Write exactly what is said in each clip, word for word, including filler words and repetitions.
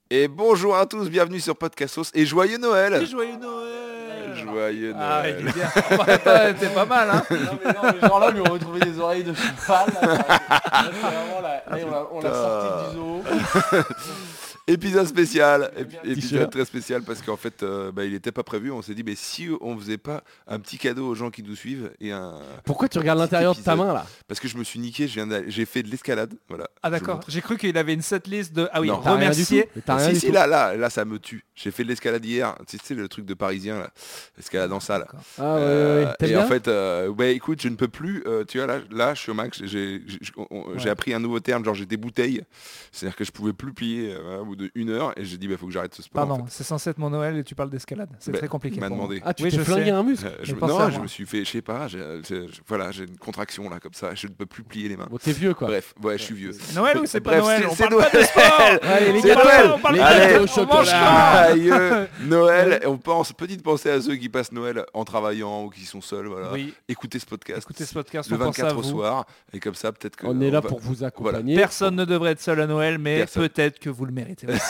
Et bonjour à tous, bienvenue sur Podcastos et joyeux Noël. Et joyeux Noël. Joyeux Ah, Noël. il est bien. Attends, t'es pas mal, hein. Non mais, non, mais genre là, lui on retrouvé des oreilles de cheval. Là, là, c'est vraiment, là, là, on l'a- on l'a sorti du zoo. Épisode spécial, Il est épi- bien. épisode T-shirt. très spécial parce qu'en fait euh, bah, il n'était pas prévu, on s'est dit mais si on faisait pas un petit cadeau aux gens qui nous suivent et un... Pourquoi tu regardes Petit l'intérieur de ta épisode. main là? Parce que je me suis niqué, je viens d'aller- j'ai fait de l'escalade, voilà. Ah Je d'accord, montre. j'ai cru qu'il avait une setlist de... Ah oui, Non. T'as rien du remercier. tout. Mais t'as rien Si du si tout. là, là, là ça me tue. J'ai fait de l'escalade hier, tu sais le truc de parisien là, l'escalade en salle. D'accord. Ah ouais, ouais, Euh, ouais. T'aimes et bien en fait, euh, ouais, écoute, je ne peux plus. euh, tu vois, là, là, je suis au max. J'ai, j'ai, j'ai- on- j'ai Ouais. appris un nouveau terme, genre j'ai des bouteilles. C'est-à-dire que je pouvais plus plier euh, au bout de une heure. Et j'ai dit, bah, faut que j'arrête ce sport. Pardon, en fait. c'est censé être mon Noël et tu parles d'escalade. C'est Bah, très compliqué. il m'a pour moi. demandé. Ah, tu Oui, t'es je flingué sais. un muscle. Euh, je, Mais me- pensez à non, je moi. me suis fait, je sais pas. J'ai, j'ai- voilà, j'ai une contraction là comme ça. Je ne peux plus plier les mains. Bon, t'es vieux quoi. Bref, ouais, je suis vieux. Noël ou c'est pas Bref, Noël c'est- On c'est parle pas de Noël. sport. Allez, les C'est gars, Noël. On parle Allez, pas de au on mange chocolat. pas. Joyeux Noël. Et on pense, petite pensée à ceux qui passent Noël en travaillant ou qui sont seuls. Voilà. Oui, Écoutez ce podcast. écoutez ce podcast, le on pense à vingt-quatre au vous. soir. Et comme ça, peut-être que. On est là va- pour vous accompagner. Personne ne devrait être seul à Noël, mais Personne. peut-être que vous le méritez aussi.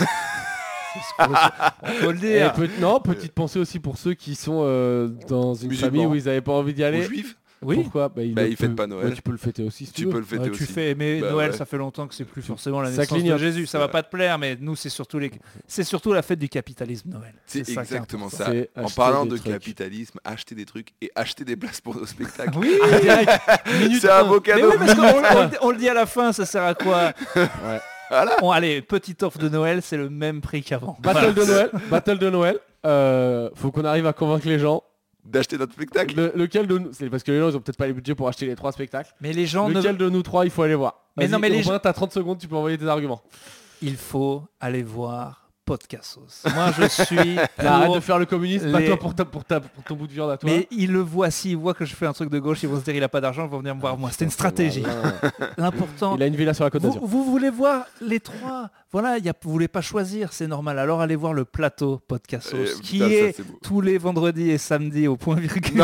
C'est ce qu'on- On peut le Et dire. peut- non, petite pensée aussi pour ceux qui sont euh, dans une Musulmans. famille où ils n'avaient pas envie d'y Aux aller. juifs. Oui, Pourquoi Bah, ils Bah, le ils fêtent peuvent- pas Noël. Bah, tu peux le fêter aussi si tu, Tu veux. peux le fêter Ouais, tu aussi. fais, mais Bah, Noël, ouais. ça fait longtemps que c'est plus forcément la Ça naissance de clignote. Jésus. Ça va pas te plaire, mais nous, c'est surtout les, c'est surtout la fête du capitalisme Noël. C'est ça qui est exactement important. ça. C'est En acheter parlant des de trucs. capitalisme, acheter des trucs et acheter des places pour nos spectacles. Oui. Ah, direct. Minute C'est un un. beau Mais cadeau. oui, parce qu'on on, le- on le dit à la fin, ça sert à quoi? Ouais. Voilà. Bon, allez, petite offre de Noël, c'est le même prix qu'avant. Battle de Noël. Battle de Noël. Euh, faut qu'on arrive à convaincre les gens. D'acheter notre spectacle. Le- lequel de nous C'est parce que les gens ils ont peut-être pas les budgets pour acheter les trois spectacles. Mais les gens ne... Lequel de nous trois il faut aller voir? Mais Vas-y, non, mais les Aubin, t'as trente secondes, tu peux envoyer tes arguments. Il faut aller voir Podcastos. Moi, je suis Là, arrête pour... de faire le communiste, les- pas toi pour, ta, pour, ta, pour ton bout de viande à toi. Mais ils le voient, s'ils voient que je fais un truc de gauche, ils vont se dire il a pas d'argent, ils vont venir me voir moi. C'était une stratégie. Voilà. L'important... Il a une villa sur la côte Vous, d'Azur. vous voulez voir les trois. Voilà, y a, vous voulez pas choisir, c'est normal. Alors allez voir le plateau Podcastos, Euh, qui putain, ça, est c'est beau. tous les vendredis et samedis au point virgule.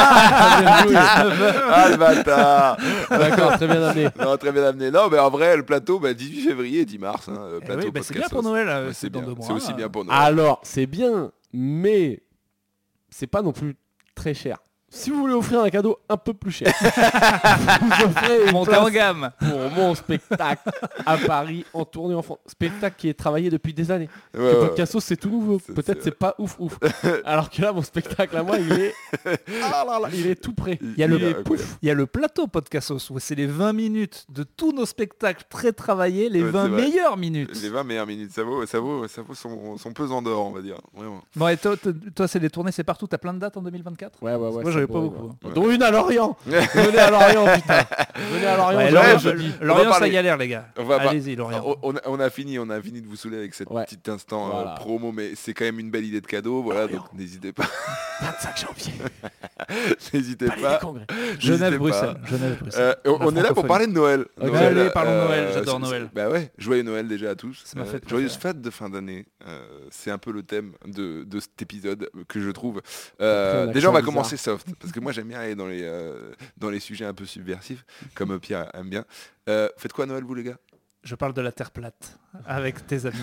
Ah le bâtard. D'accord, très bien amené. Non, très bien amené. Non, mais en vrai, le plateau, bah, dix-huit février et dix mars. Hein, le Eh plateau oui, bah, c'est bien Podcastos. pour Noël, euh, Ouais, c'est c'est dans bien. deux mois. C'est aussi bien pour Noël. Alors, c'est bien, mais c'est pas non plus très cher. Si vous voulez offrir un cadeau un peu plus cher, vous offrez une Monter en place gamme. pour mon spectacle à Paris en tournée en France. Spectacle qui est travaillé depuis des années. Ouais, Le ouais. Podcastos c'est tout nouveau. C'est- Peut-être c'est- c'est pas ouf ouf. Alors que là mon spectacle à moi il est, ah là là, il est tout prêt. Il y a le- Il est incroyable. pouf. Il y a le plateau Podcastos où c'est les vingt minutes de tous nos spectacles très travaillés, les Ouais, vingt c'est vrai. meilleures minutes. Les vingt meilleures minutes, ça vaut, ça vaut, ça vaut son, son pesant d'or, on va dire. Vraiment. Bon, et toi, toi, toi, c'est des tournées, c'est partout. T'as plein de dates en deux mille vingt-quatre? Ouais ouais ouais. Moi, c'est j'avais bon, pas ouais. beaucoup. Ouais. Dont une à Lorient. Venez à Lorient putain. Venez à Lorient. Ouais, je- Lorient, je je- dis. Lorient, On va ça parler- galère, les gars. on va par- Allez-y, Lorient. On, on a, on a fini, on a fini de vous saouler avec cet Ouais. petit instant euh, Voilà. promo, mais c'est quand même une belle idée de cadeau, voilà, Lorient. donc n'hésitez pas, vingt-cinq janvier. n'hésitez Palais pas. des Congrès. Genève, N'hésitez Bruxelles. pas. Genève, Euh, Bruxelles. on, La on est là pour francophonie. parler de Noël. Ok, Noël, allez, parlons de euh, Noël, j'adore c'est- Noël. Bah ouais, joyeux Noël déjà à tous. C'est ma fête joyeuse préférée. fête de fin d'année. Euh, c'est un peu le thème de, de cet épisode que je trouve. Euh, Après, un déjà, on va accent commencer soft parce que moi j'aime bien aller dans les euh, dans les sujets un peu subversifs, comme euh, Pierre aime bien. Euh, faites quoi à Noël, vous les gars? Je parle de la Terre plate avec tes amis.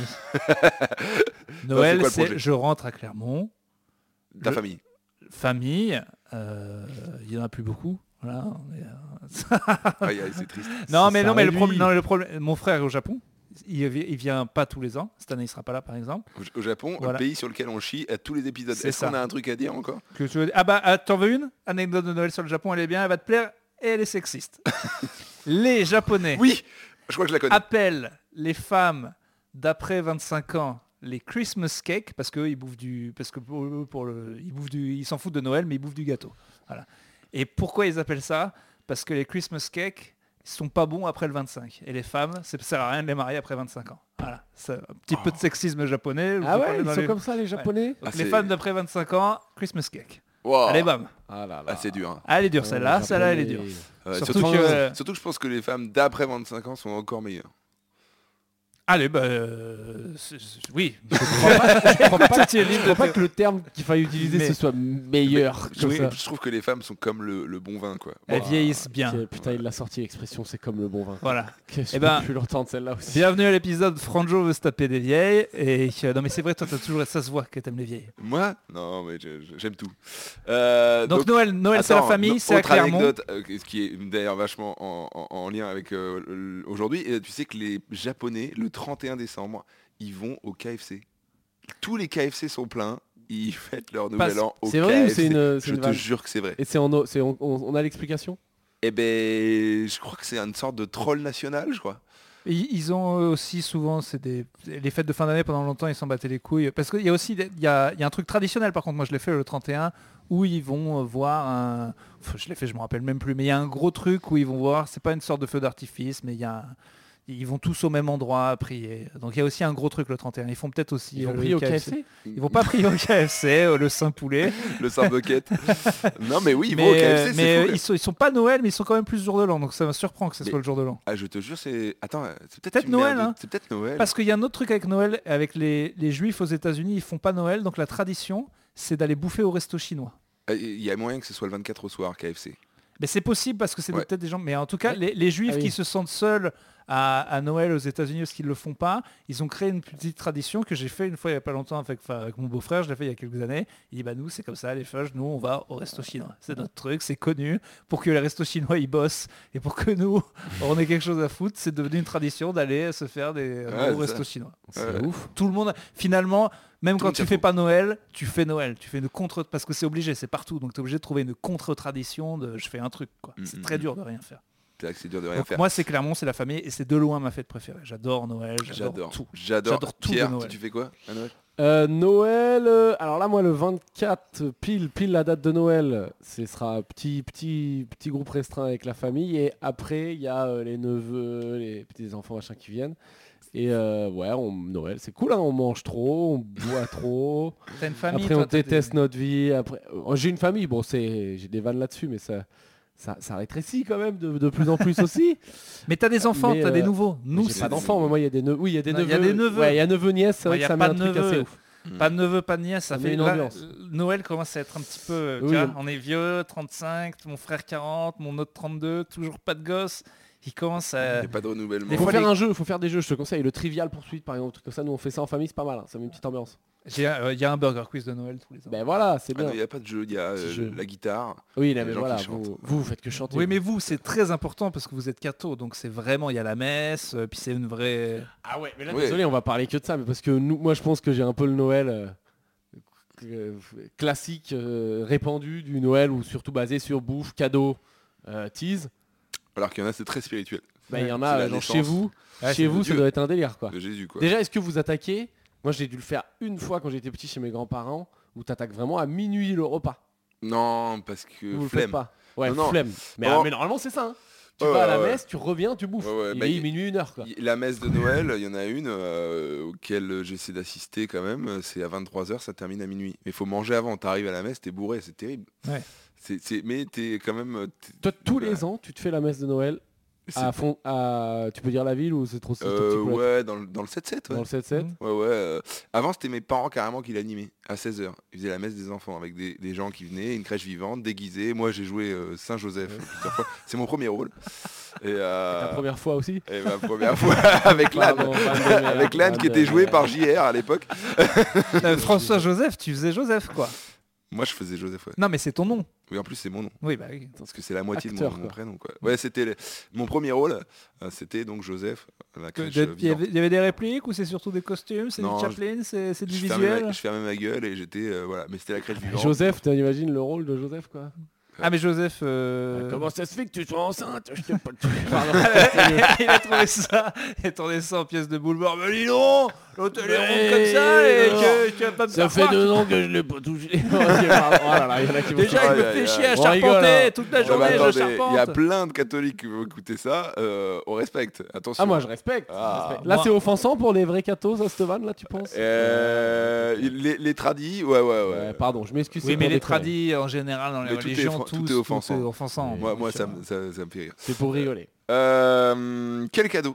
c'est Noël, quoi le c'est projet je rentre à Clermont, Ta Je- famille. famille, euh, il y en a plus beaucoup. Voilà, on est, euh, Aïe, aïe, c'est triste. non Ça mais non mais le réduit. problème, non, le problème, mon frère est au Japon. Il, vi- il vient pas tous les ans. Cette année, il sera pas là, par exemple. Au, au Japon, Voilà. un pays sur lequel on chie à tous les épisodes. C'est Est-ce ça. qu'on a un truc à dire encore? Que tu veux- Ah bah, ah, t'en veux une anecdote de Noël sur le Japon, elle est bien, elle va te plaire et elle est sexiste. Les Japonais Oui, je crois que je la connais. appellent les femmes d'après vingt-cinq ans les Christmas cake parce qu'eux ils bouffent du parce que pour, eux, pour le ils bouffent du ils s'en foutent de Noël mais ils bouffent du gâteau. Voilà. Et pourquoi ils appellent ça? Parce que les Christmas cake ils sont pas bons après le vingt-cinq et les femmes ça sert à rien de les marier après vingt-cinq ans. Voilà, c'est un petit peu de sexisme japonais. je Ah vous ouais, parlais ils dans sont les- comme ça les Japonais. Donc, Ah, les c'est- femmes d'après vingt-cinq ans, Christmas cake. Wow. Allez bam. Ah là là. Ah, c'est dur. hein. Ah, elle est dure Oh, celle-là, les celle-là elle est Japonais. dure. Euh, Surtout surtout, que- surtout que je pense que les femmes d'après vingt-cinq ans sont encore meilleures. Allez, bah... euh, c'est- c'est- oui. Je crois pas, je crois pas- Tu es libre je de crois pas te- que le terme qu'il faille utiliser Mais- ce soit meilleur. Je, comme trouve- ça. je trouve que les femmes sont comme le, le bon vin, quoi. Elles Bon, vieillissent bien. Ok, putain, il l'a sorti l'expression, c'est comme le bon vin. Voilà. Ok, je Eh peux ben, plus l'entendre celle-là aussi. Bienvenue à l'épisode Franjo veut se taper des vieilles. Et euh, non mais c'est vrai, toi t'as toujours ça se voit que t'aimes les vieilles. Moi Non, mais je- je- j'aime tout. Euh, Donc, Noël, Noël c'est la attends, famille, no- c'est à autre Clermont. anecdote, euh, ce qui est d'ailleurs vachement en, en- en lien avec euh, l- aujourd'hui. Et tu sais que les Japonais, le trente et un décembre, ils vont au K F C. Tous les K F C sont pleins. Ils fêtent leur nouvel Passe- an au C'est vrai ou K F C. c'est une, c'est Je une te vanne jure que c'est vrai. Et c'est en, o- c'est on, on- on a l'explication. Eh ben, je crois que c'est une sorte de troll national, je crois. Ils, ils ont eux, aussi souvent, c'est des les fêtes de fin d'année pendant longtemps, ils s'en battaient les couilles. Parce qu'il y a aussi, des- il y a, il y a un truc traditionnel par contre, moi je l'ai fait le trente et un, où ils vont euh, voir un... Enfin, je l'ai fait, je me rappelle même plus, mais il y a un gros truc où ils vont voir, c'est pas une sorte de feu d'artifice, mais il y a... un- Ils vont tous au même endroit à prier. Donc il y a aussi un gros truc le trente et un. Ils font peut-être aussi... Ils vont euh, le prier au K K F F C. C. Ils vont pas prier au K F C, euh, le Saint-Poulet. Le Saint-Bucket. Non, mais oui, ils vont mais au K F C, euh, c'est mais, fou. euh, ils, sont, ils sont pas Noël, mais ils sont quand même plus jour de l'an. Donc ça me surprend que ce Mais- soit le jour de l'an. Ah, je te jure, c'est... Attends, c'est peut-être Peut-être tu me mets un Noël, doute. hein. C'est peut-être Noël. Parce qu'il y a un autre truc avec Noël, avec les, les juifs aux États-Unis, ils font pas Noël, donc la tradition, c'est d'aller bouffer au resto chinois. Euh, Il y a moyen que ce soit le vingt-quatre au soir, K F C. Mais c'est possible parce que c'est Ouais. peut-être des gens. Mais en tout cas, Ouais. les, les juifs Ah oui. qui se sentent seuls à, à Noël aux États-Unis parce qu'ils le font pas, ils ont créé une petite tradition que j'ai fait une fois il y a pas longtemps avec, enfin, avec mon beau-frère, je l'ai fait il y a quelques années. Il dit bah nous c'est comme ça les fudge, nous on va au resto chinois. C'est notre truc, c'est connu. Pour que les restos chinois ils bossent et pour que nous on ait quelque chose à foutre, c'est devenu une tradition d'aller se faire des Ouais, au c'est resto ça. chinois. C'est Ouais. ouf. Tout le monde, finalement, même Tout quand le tu monde fais s'y pas Noël, tu fais Noël. Tu fais une contre, parce que c'est obligé, c'est partout. Donc tu es obligé de trouver une contre-tradition de je fais un truc. quoi. Mm, C'est mm, très mm. dur de rien faire. C'est vrai que c'est dur de rien Donc faire. moi c'est Clermont, c'est la famille et c'est de loin ma fête préférée. J'adore Noël, j'adore J'adore. tout. J'adore. J'adore tout de Pierre, Noël. toi, tu fais quoi à Noël Euh, Noël, euh, alors là moi le vingt-quatre, pile pile la date de Noël, ce sera petit petit petit groupe restreint avec la famille et après il y a euh, les neveux, les petits enfants machin qui viennent et euh, ouais on, Noël c'est cool hein, on mange trop, on boit trop, T'as une famille, après toi, on t'as des- déteste notre vie, après euh, j'ai une famille, bon c'est j'ai des vannes là-dessus mais ça ça, ça rétrécit quand même de, de plus en plus aussi. Mais t'as des enfants, Mais, t'as des euh, nouveaux. Nous, J'ai c'est- pas d'enfants, mais moi il y a des neveux, oui il y a des Non, il neveux, y a des neveux. ouais il y a neveux nièces, c'est Moi, vrai y que a ça met pas un de truc neveux. assez ouf. Pas de neveux, pas de nièces, ça, Ça fait met une là, ambiance. Noël commence à être un petit peu. tu Oui, vois, mais- on est vieux, trente-cinq, mon frère quarante, mon autre trente-deux, toujours pas de gosse. Il commence Il à. n'y a pas de renouvellement. Des Il faut fois, faire les- un jeu, il faut faire des jeux, je te conseille. Le Trivial Poursuite par exemple, un truc comme ça, nous on fait ça en famille, c'est pas mal, hein, ça met une petite ambiance. J'ai un- euh, Il y a un burger quiz de Noël tous les ans. Ben voilà, c'est Ah non, bien. il n'y a pas de jeu, il y a euh, Petit jeu. la guitare. Oui, là, les mais gens voilà, qui chantent. vous, vous, vous faites que chanter. Oui, mais vous, c'est très important parce que vous êtes catho, donc c'est vraiment, il y a la messe, euh, puis c'est une vraie... Ah ouais, mais là, Ouais. désolé, on va parler que de ça, mais parce que nous, moi je pense que j'ai un peu le Noël euh, euh, classique, euh, répandu du Noël, ou surtout basé sur bouffe, cadeaux, euh, tease. Alors qu'il y en a, c'est très spirituel. Bah, il y en C'est a, la euh, genre naissance. chez vous, Ouais, chez c'est vous, de ça Dieu. doit être un délire quoi. De Jésus, quoi. Déjà, est-ce que vous attaquez? Moi j'ai dû le faire une fois quand j'étais petit chez mes grands-parents, où t'attaques vraiment à minuit le repas. Non, parce que Vous le faites flemme. pas. Ouais, Non, non. flemme. Mais, Oh. mais normalement c'est ça. Hein. Tu Ouais, vas à la ouais, ouais. messe, tu reviens, tu bouffes. Ouais, ouais, Il bah, est il- minuit une heure quoi. Y- La messe de Noël, il y en a une euh, auquel j'essaie d'assister quand même. C'est à vingt-trois heures, ça termine à minuit. Mais il faut manger avant. T'arrives à la messe, t'es bourré, c'est terrible. Ouais. C'est, c'est- Mais t'es quand même... t'es- Toi tous Ouais. les ans, tu te fais la messe de Noël c'est- à fond, à tu peux dire la ville ou c'est trop c'est trop Euh, petit pour ouais, dans, le- dans le sept sept, ouais. dans le sept sept. Mhm. Ouais, ouais. euh, Avant, c'était mes parents carrément qui l'animaient à seize heures. Ils faisaient la messe des enfants avec des, des gens qui venaient, une crèche vivante, déguisée. Moi, j'ai joué euh, Saint-Joseph plusieurs fois. C'est mon premier rôle. Et, euh, Ta première fois aussi. et ma première fois avec l'âne. Pardon, vanne de merde, Avec l'âne vanne qui de était joué merde. par J R à l'époque. Euh, François Joseph, tu faisais Joseph quoi. Moi, je faisais Joseph, ouais. Non mais c'est ton nom. Oui, en plus, c'est mon nom. Oui, bah oui. Parce que c'est la moitié Acteur, de mon, mon quoi. prénom, quoi. Ouais, c'était le- mon premier rôle. euh, c'était donc Joseph, la crèche De- euh, Il y, avait, vivante. il y avait des répliques ou c'est surtout des costumes, c'est du Non, Chaplin, c'est c'est du Je fermais, visuel. ma, je fermais ma gueule et j'étais... euh, voilà. Mais c'était la crèche vivante. Joseph, tu imagines le rôle de Joseph quoi. Ah mais Joseph... euh, Comment ça se fait que tu sois enceinte? Je t'ai pas le il a trouvé ça, il a tourné ça en pièce de boulevard. Mais dis donc, l'autre elle est ronde comme ça Mais et non. que tu vas pas me Ça faire fait croire deux que- ans que je l'ai pas touché. Ok, pardon. Oh là là, il y en a qui vont Déjà se- il Aïe, me aïe, fait aïe. chier à On rigole, charpenter hein. toute la Non, mais journée, je attendez, il y a charpente. plein de catholiques qui vont écouter ça. euh, on respecte. Attention. Ah moi je respecte. Ah. je respecte. Là Moi- c'est offensant pour les vrais cathos, ça, cette vanne là tu penses? Euh, les, les tradis, ouais, ouais, ouais. Ouais, pardon, je m'excuse. Oui c'est mais pour les déconner. tradis en général dans les Mais tout est religions, fran- tous, tout est offensant. offensant. Mais- Moi, bien moi sûr. ça, me- ça, ça me fait rire. C'est pour rigoler. Euh, quel cadeau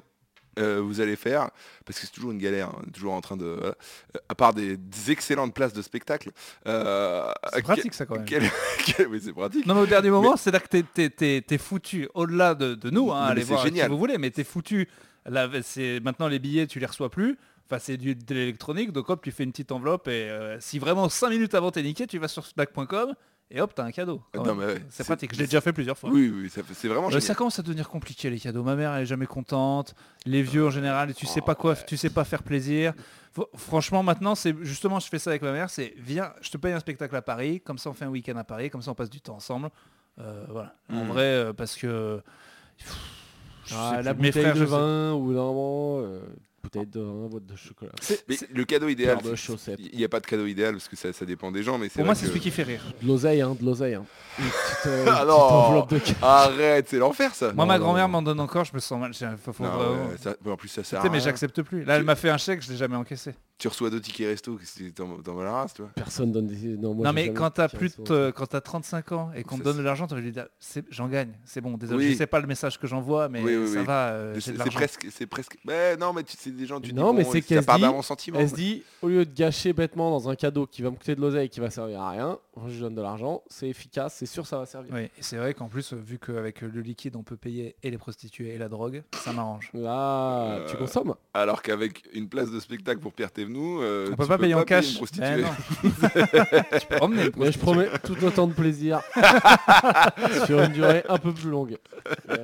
euh, vous allez faire, parce que c'est toujours une galère, hein, toujours en train de... voilà, euh, à part des, des excellentes places de spectacle. euh, C'est pratique ça quand même. quel- quel- oui, c'est pratique. Non mais au dernier moment, c'est là que t'es, t'es, t'es, t'es foutu, au-delà de, de nous, hein, Non, mais allez c'est voir génial. qui vous voulez, mais t'es foutu. Là, c'est, maintenant les billets, tu les reçois plus. Enfin, c'est du, de l'électronique, donc hop, tu fais une petite enveloppe et euh, si vraiment cinq minutes avant t'es niqué, tu vas sur snack point com et hop, t'as un cadeau. quand Non, même. mais ouais, c'est c'est- pratique, je l'ai déjà fait plusieurs fois. Oui, oui, ça fait- c'est vraiment Euh, génial. ça commence à devenir compliqué les cadeaux. Ma mère elle est jamais contente. Les vieux en général, tu sais pas quoi, tu sais pas faire plaisir. Faut- franchement maintenant c'est justement je fais ça avec ma mère, c'est viens, je te paye un spectacle à Paris, comme ça on fait un week-end à Paris, comme ça on passe du temps ensemble. Euh, voilà. En Mm. vrai euh, parce que pff, je Ah, sais la plus. Mes bouteille frères, de je sais- vin ou normalement euh, bouteille de vin, boîte de chocolat. c'est- Mais c'est- le cadeau idéal, Paire de c'est- chaussettes. il n'y a pas de cadeau idéal parce que ça, ça dépend des gens, mais c'est Pour vrai moi c'est que- celui qui fait rire. De l'oseille, hein, de l'oseille. Hein. Une petite, euh, une Ah petite non. enveloppe de cash. Arrête, c'est l'enfer ça. Moi Non, ma non, grand-mère non. m'en donne encore, je me sens mal. J'ai- faut- faut Non, vraiment- ouais, ça- en plus ça Tu sert à sais, mais rien. j'accepte plus. Là elle Tu- m'a fait un chèque, je l'ai jamais encaissé. Tu reçois deux tickets resto, qu'est-ce que t'en t'en vas la race, toi. Personne donne des... Non, moi, non j'ai mais jamais quand t'as de plus tickets de, resto. quand t'as trente-cinq ans et qu'on te Ça, donne c'est- de l'argent, tu vas lui dire c'est- j'en gagne, c'est bon, désolé, Oui. je sais pas le message que j'envoie, mais Oui, oui, ça oui. va, euh, Mais j'ai C'est de c'est l'argent. presque, c'est presque. Mais non, mais tu sais des gens, tu Non, dis mais bon, c'est ça qu'elle part se d'un dit- bon sentiment. Elle se dit, au lieu de gâcher bêtement dans un cadeau qui va me coûter de l'oseille et qui va servir à rien, je donne de l'argent, c'est efficace, c'est sûr ça va servir. Oui, et c'est vrai qu'en plus, euh, vu qu'avec le liquide, on peut payer et les prostituées et la drogue, ça m'arrange. Là, Euh, tu consommes. Alors qu'avec une place de spectacle pour Pierre Thévenoud, euh, On tu peut pas payer en une cash. prostituée. Ben non. Tu peux emmener une Mais je prostituée. promets tout autant de plaisir sur une durée un peu plus longue. Yes.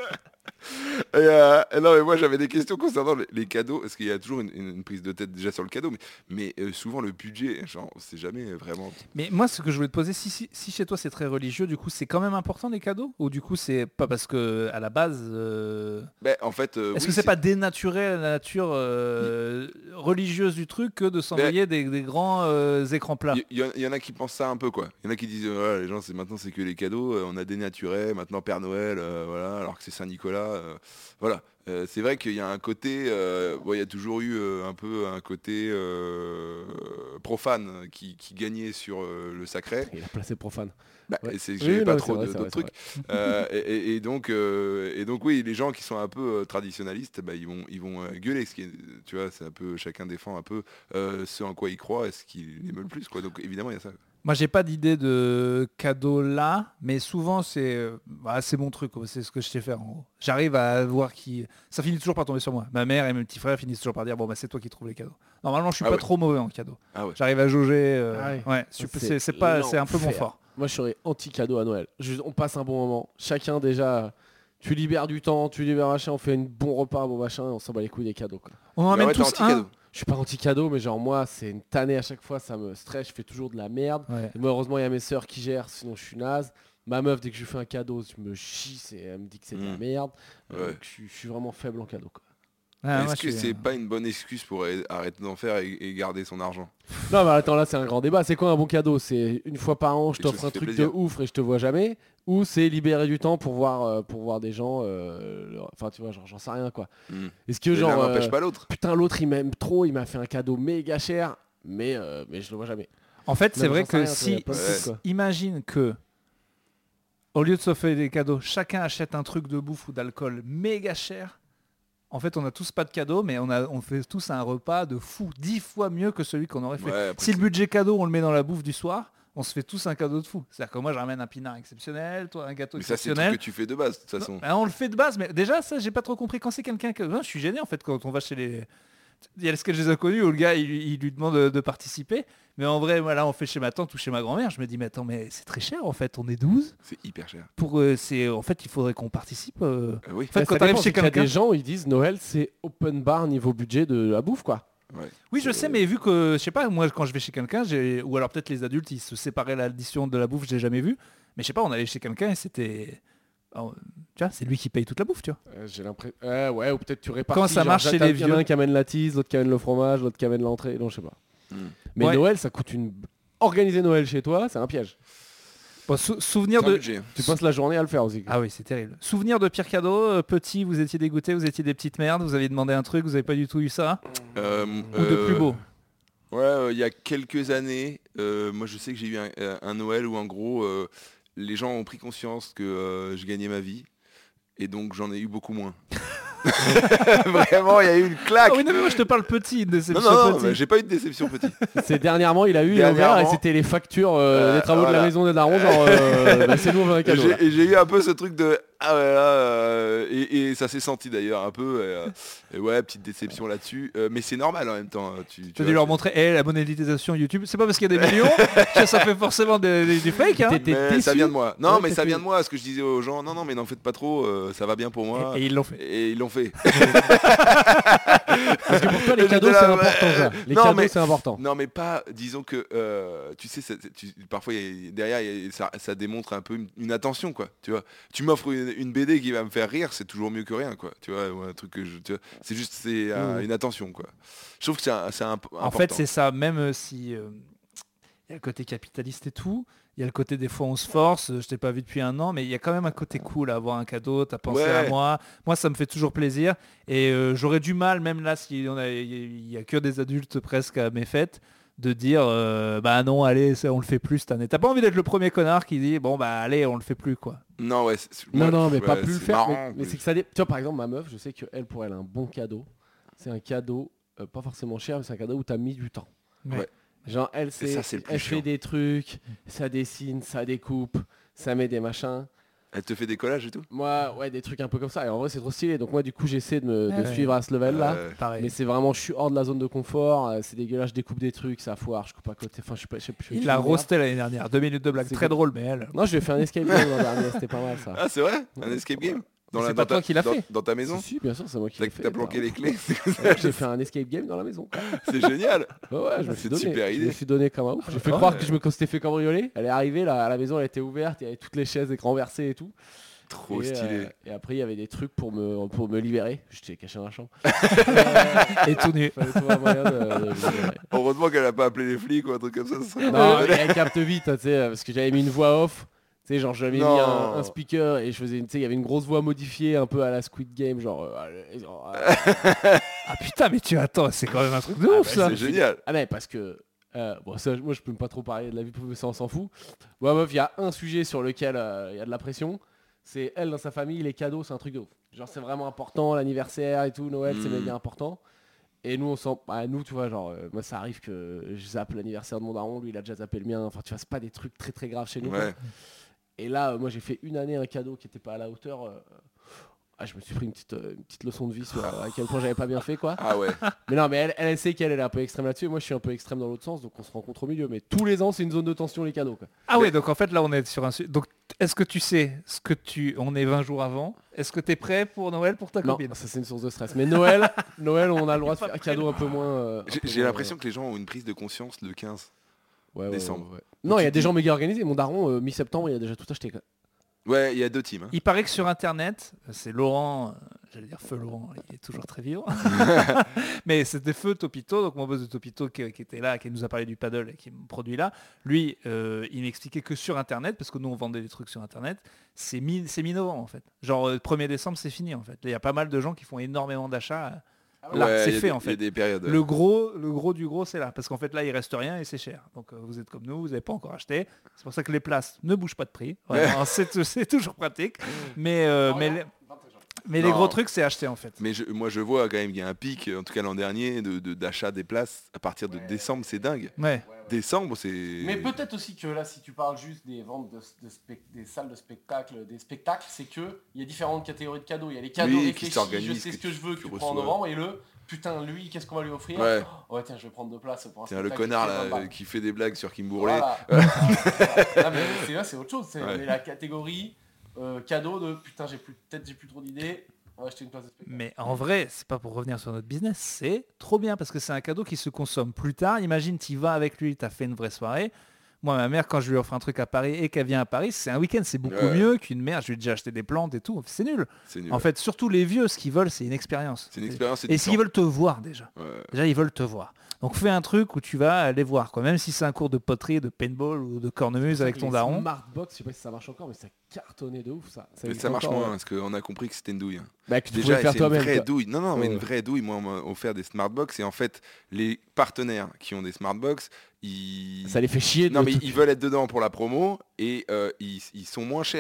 Et, euh, et non mais moi j'avais des questions concernant les, les cadeaux, parce qu'il y a toujours une, une- une prise de tête déjà sur le cadeau, mais, mais euh, souvent le budget, genre c'est jamais vraiment... Mais moi, ce que je voulais te poser, si, si, si chez toi c'est très religieux, du coup, c'est quand même important les cadeaux? Ou du coup, c'est pas parce que à la base... euh, Ben, en fait... euh, Est-ce oui, que c'est pas dénaturer la nature euh, religieuse du truc que de s'envoyer des, des grands euh, écrans plats? Il y, y en- y en a qui pensent ça un peu quoi. Il y en a qui disent euh, voilà, les gens c'est maintenant c'est que les cadeaux, euh, on a dénaturé, maintenant Père Noël, euh, voilà, alors que c'est Saint-Nicolas. euh, voilà. Euh, c'est vrai qu'il y a un côté, euh, bon, il y a toujours eu euh, un peu un côté euh, profane qui, qui gagnait sur euh, le sacré. Il a placé profane. Bah, Ouais. et c'est que Oui, j'avais non, pas c'est trop vrai, de- c'est d'autres vrai, trucs. Euh, et, et- et donc, euh, et donc oui, les gens qui sont un peu euh, traditionnalistes, bah, ils vont, ils vont euh, gueuler. Ce qui est, tu vois, c'est un peu chacun défend un peu euh, ce en quoi il croit et ce qu'il aime le plus, quoi. Donc évidemment, il y a ça. Moi, j'ai pas d'idée de cadeau là, mais souvent c'est euh, bah, c'est mon truc, quoi. C'est ce que je sais faire en gros. J'arrive à voir qui... Ça finit toujours par tomber sur moi. Ma mère et mes petits frères finissent toujours par dire bon bah c'est toi qui trouves les cadeaux. Normalement, je suis Ah pas ouais. trop mauvais en cadeau. Ah ouais. J'arrive à jauger. euh, Ah ouais. ouais, Ça, c'est- c'est c'est c'est pas, c'est un peu mon l'enfer. fort. Moi, je serais anti-cadeau à Noël. Juste, on passe un bon moment. Chacun, déjà, tu libères du temps, tu libères machin, on fait un bon repas, bon machin, on s'en bat les couilles des cadeaux. Quoi. On en Bah amène ouais, t'es tous anti-cadeau. un. Je suis pas anti-cadeau, mais genre, moi, c'est une tannée à chaque fois, ça me stresse, je fais toujours de la merde. Ouais. Et moi, heureusement, il y a mes sœurs qui gèrent, sinon je suis naze. Ma meuf, dès que je lui fais un cadeau, je me chie, c'est- elle me dit que c'est de la Mm. merde. Euh, Ouais. donc, je, suis- je suis vraiment faible en cadeau. Quoi. Ah, moi, Est-ce je que suis, c'est euh, pas une bonne excuse pour a- arrêter d'en faire et, et garder son argent? Non, mais attends, là, c'est un grand débat. C'est quoi un bon cadeau? C'est une fois par an, je Quelque t'offre chose un qui fait truc plaisir. de ouf et je te vois jamais? Ou c'est libérer du temps pour voir, euh, pour voir des gens euh, leur- Enfin, tu vois, genre, j'en sais rien, quoi. Hmm. Est-ce que, Et l'un genre, n'empêche euh, pas l'autre. putain, l'autre, il m'aime trop, il m'a fait un cadeau méga cher, mais, euh, mais je le vois jamais. En fait, c'est Non, vrai j'en sais que rien, toi, y a si, plein de Ouais. trucs, quoi. imagine que au lieu de s'offrir des cadeaux, chacun achète un truc de bouffe ou d'alcool méga cher. En fait, on a tous pas de cadeaux, mais on, a, on fait tous un repas de fou, dix fois mieux que celui qu'on aurait fait. Ouais, après, Si le c'est- budget cadeau, on le met dans la bouffe du soir, on se fait tous un cadeau de fou. C'est-à-dire que moi, je ramène un pinard exceptionnel, toi un gâteau Mais ça c'est le exceptionnel. truc que tu fais de base de toute façon. Non, bah, on le fait de base, mais déjà, ça, j'ai pas trop compris. Quand c'est quelqu'un que... Non, je suis gêné, en fait, quand on va chez les... Il y a le sketch des inconnus où le gars, il, il lui demande de, de participer. Mais en vrai, voilà, on fait chez ma tante ou chez ma grand-mère. Je me dis, mais attends, mais c'est très cher, en fait. On est douze. C'est hyper cher. Pour, euh, c'est... En fait, il faudrait qu'on participe. euh. Euh, oui. En fait, Bah, quand ça t'arrives dépend, chez c'est qu'il y a quelqu'un... des gens, ils disent Noël, c'est open bar niveau budget de la bouffe, quoi. Ouais. Oui, je sais, mais vu que, je sais pas, moi, quand je vais chez quelqu'un, j'ai... ou alors peut-être les adultes, ils se séparaient l'addition de la bouffe, je l'ai jamais vu. Mais je sais pas, on allait chez quelqu'un et c'était... Oh, tu vois, c'est lui qui paye toute la bouffe, tu vois. Euh, J'ai l'impression. Ouais, ouais, ou peut-être tu répartis. Comment ça genre, marche chez t'as- les Il y en a vieux un qui amène la tease, l'autre qui amène le fromage, l'autre qui amène l'entrée. Non, je sais pas. Hmm. Mais Ouais. Noël, ça coûte une. Organiser Noël chez toi, c'est un piège. Bon, sou- souvenir C'est un de... budget. Tu passes la journée à le faire aussi. Ah oui, c'est terrible. Souvenir de pire cadeau, euh, petit, vous étiez dégoûté, vous étiez des petites merdes, vous aviez demandé un truc, vous avez pas du tout eu ça. Euh, Ou de euh, plus beau. Ouais, euh, il y a quelques années, euh, moi je sais que j'ai eu un, euh, un Noël où en gros euh, les gens ont pris conscience que euh, je gagnais ma vie et donc j'en ai eu beaucoup moins. Vraiment, il y a eu une claque. Ah oui, non, mais moi je te parle petit, une non, déception non, non, petit. bah, j'ai pas eu de déception petit. C'est dernièrement, il a eu, il a ouvert et Dernièrement. c'était les factures euh, Euh, des travaux de voilà. la maison des darons, genre euh, bah, c'est nous on veut un Et cadeau. j'ai là. et j'ai eu un peu ce truc de ah ouais là euh, et, et ça s'est senti d'ailleurs un peu et, euh, et ouais petite déception là-dessus euh, mais c'est normal en même temps tu, tu Tu as vois, dû leur c'est- montrer, eh, la monétisation YouTube, c'est pas parce qu'il y a des millions que ça fait forcément des, des- du fake. Hein. T'es- t'es mais ça déçu vient de moi non Ouais, mais ça t'étais- vient de moi ce que je disais aux gens non non mais n'en faites pas trop euh, ça va bien pour moi Et, et ils l'ont fait. et ils l'ont fait Parce que pour toi les J'étais cadeaux là, c'est ouais. important ça. Les Non, cadeaux mais- c'est important. non mais pas disons que euh, tu sais ça- tu- parfois il y a- derrière il y a- ça, ça démontre un peu une, une attention quoi tu vois tu m'offres une, une B D qui va me faire rire c'est toujours mieux que rien quoi tu vois ou un truc que je tu vois, c'est juste c'est euh, Mmh. une attention quoi je trouve que c'est un- c'est un- important En fait, c'est ça, même euh, si euh, il y a le côté capitaliste et tout, il y a le côté des fois on se force, euh, je t'ai pas vu depuis un an, mais il y a quand même un côté cool à avoir un cadeau, t'as pensé Ouais. à moi, moi ça me fait toujours plaisir, et euh, j'aurais du mal, même là, s'il n'y a que des adultes presque à mes fêtes, de dire euh, bah non allez ça, on le fait plus cette année. T'as pas envie d'être le premier connard qui dit bon bah allez on le fait plus quoi. non ouais c'est- Non moi, non mais ouais, pas plus le c'est faire. marrant, mais mais mais- c'est que ça dé- tu vois par exemple ma meuf, je sais que elle pour elle un bon cadeau, c'est un cadeau euh, pas forcément cher mais c'est un cadeau où t'as mis du temps. Ouais. Genre elle c'est ça, c'est le plus elle chiant. fait des trucs, ça dessine, ça découpe, ça met des machins. elle te fait des collages et tout Moi ouais des trucs un peu comme ça et en vrai c'est trop stylé donc moi du coup j'essaie de me de Ouais, ouais. suivre à ce level là. Euh, Pareil. Mais c'est vraiment, je suis hors de la zone de confort, euh, c'est dégueulasse, je découpe des trucs, ça foire, je coupe à côté, enfin je sais pas, je sais, je suis Il une l'a merde. roasté l'année dernière, deux minutes de blague, C'est très cool. drôle mais elle. Non, je lui ai fait un escape game l'an dernier, c'était pas mal ça. ah c'est vrai un escape game dans C'est la pas dans toi ta- qui l'as dans- fait. dans ta maison Si, si, bien sûr, c'est moi qui t'as l'ai fait. t'as planqué bah. les clés Ouais, J'ai fait un escape game dans la maison. quoi. c'est génial Ouais, ouais, je me C'est suis une donné. super Je idée. me suis donné comme un ouf. J'ai fait Ouais. croire que je me s'était fait cambrioler. Elle est arrivée là, à la maison, elle était ouverte, il y avait toutes les chaises, écran renversés et tout. trop et, stylé euh, et après, il y avait des trucs pour me, pour me libérer. J'étais caché dans la chambre. Et tout nu. Fallait trouver un moyen de, de me libérer. heureusement qu'elle a pas appelé les flics ou un truc comme ça, ça serait- Non, mais elle capte vite, tu sais, parce que j'avais mis une voix off. Tu sais, genre j'avais mis Non. un, un speaker et je faisais, une- tu sais, il y avait une grosse voix modifiée un peu à la Squid Game, genre. euh, allez, genre, euh, Ah putain mais tu attends, c'est quand même un truc de Ah, ouf bah, ça. c'est génial ah mais parce que euh, bon ça, moi je peux pas trop parler de la vie privée, ça on s'en fout. Moi meuf, il y a un sujet sur lequel euh, il y a de la pression. C'est elle dans sa famille, les cadeaux, c'est un truc de ouf. Genre c'est vraiment important, l'anniversaire et tout, Noël c'est Mm. méga important. Et nous on s'en, bah, nous tu vois genre euh, moi ça arrive que je zappe l'anniversaire de mon daron, lui il a déjà zappé le mien. Enfin tu vois c'est pas des trucs très très graves chez nous. quoi. ouais Et là, euh, moi, j'ai fait une année un cadeau qui était pas à la hauteur. euh, ah, je me suis pris une petite, euh, une petite leçon de vie sur euh, à quel point j'avais pas bien fait, quoi. ah ouais Mais non, mais elle, elle, elle sait qu'elle elle est un peu extrême là-dessus. Et moi, je suis un peu extrême dans l'autre sens, donc on se rencontre au milieu. Mais tous les ans, c'est une zone de tension, les cadeaux, quoi. Ah oui, donc en fait là on est sur un su- donc est-ce que tu sais ce que tu on est vingt jours avant, est-ce que tu es prêt pour Noël pour ta Non, copine? ça, c'est une source de stress. Mais Noël, Noël, on a le droit de Pas faire un prêt, cadeau un peu moins. euh, un J'ai peu j'ai moins, l'impression que les gens ont une prise de conscience le quinze. euh, ouais, ouais, décembre. ouais, ouais. Non, il y a tu des dis- gens méga organisés. Mon daron, euh, mi-septembre, il a déjà tout acheté, quoi. Ouais, il y a deux teams. hein. Il paraît que sur internet, c'est Laurent, euh, j'allais dire Feu Laurent, il est toujours très vivant. Mais c'était Feu Topito, donc mon boss de Topito qui, qui était là, qui nous a parlé du paddle et qui me produit là. Lui, euh, il m'expliquait que sur internet, parce que nous on vendait des trucs sur internet, c'est mi- c'est mi-novembre en fait. Genre euh, premier décembre c'est fini en fait. Il y a pas mal de gens qui font énormément d'achats. Là, Ouais, c'est il y a fait des- en Il y a fait. des périodes. Le gros, le gros du gros, c'est là. Parce qu'en fait, là, il reste rien et c'est cher. Donc, euh, vous êtes comme nous, vous n'avez pas encore acheté. C'est pour ça que les places ne bougent pas de prix. Vraiment, c'est c'est toujours pratique. Mais, euh, mais, les, mais les Non. gros trucs, c'est acheter en fait. Mais je- moi je vois quand même qu'il y a un pic, en tout cas l'an dernier, de- de- d'achat des places à partir de décembre, c'est dingue. Ouais. Décembre, c'est... Mais peut-être aussi que là, si tu parles juste des ventes de, de spec- des salles de spectacle, des spectacles, c'est que il y a différentes catégories de cadeaux. Il y a les cadeaux Oui, qui réfléchis, je s'organisent, sais ce que que je veux, que tu tu prends en reçois. novembre, et le putain, lui, qu'est-ce qu'on va lui offrir Ouais. Oh ouais, tiens, je vais prendre deux places pour un Tiens, le spectacle connard qui fait vingt là, balles. qui fait des blagues sur Kim Bourlet. Voilà. Non, mais c'est là, c'est autre chose. C'est Ouais. on est la catégorie euh, cadeau de putain, j'ai plus, peut-être j'ai plus trop d'idées. On va acheter une place de spectacle. Mais en vrai, c'est pas pour revenir sur notre business, c'est trop bien parce que c'est un cadeau qui se consomme plus tard. Imagine, tu vas avec lui, tu as fait une vraie soirée. Moi, ma mère, quand je lui offre un truc à Paris et qu'elle vient à Paris, c'est un week-end, c'est beaucoup Ouais. mieux qu'une mère. Je lui ai déjà acheté des plantes et tout. C'est nul. C'est nul. En fait, surtout les vieux, ce qu'ils veulent, c'est une expérience. c'est une expérience. c'est Et du s'ils temps. veulent te voir déjà. Ouais. Déjà, ils veulent te voir. Donc fais un truc où tu vas aller voir, quoi. Même si c'est un cours de poterie, de paintball ou de cornemuse avec ton Les daron. Smartbox, je sais pas si ça marche encore, mais ça cartonnait de ouf ça. Mais existe ça marche encore, moins, ouais. parce qu'on a compris que c'était une douille. hein. Bah, que tu Déjà, pouvais faire c'est une toi-même. vraie quoi. douille. Non, non, mais Ouais. une vraie douille. Moi, on m'a offert des Smartbox et en fait, les partenaires qui ont des Smartbox, ils... Ça les fait chier. de Non, mais tout- ils veulent être dedans pour la promo et euh, ils, ils sont moins chers.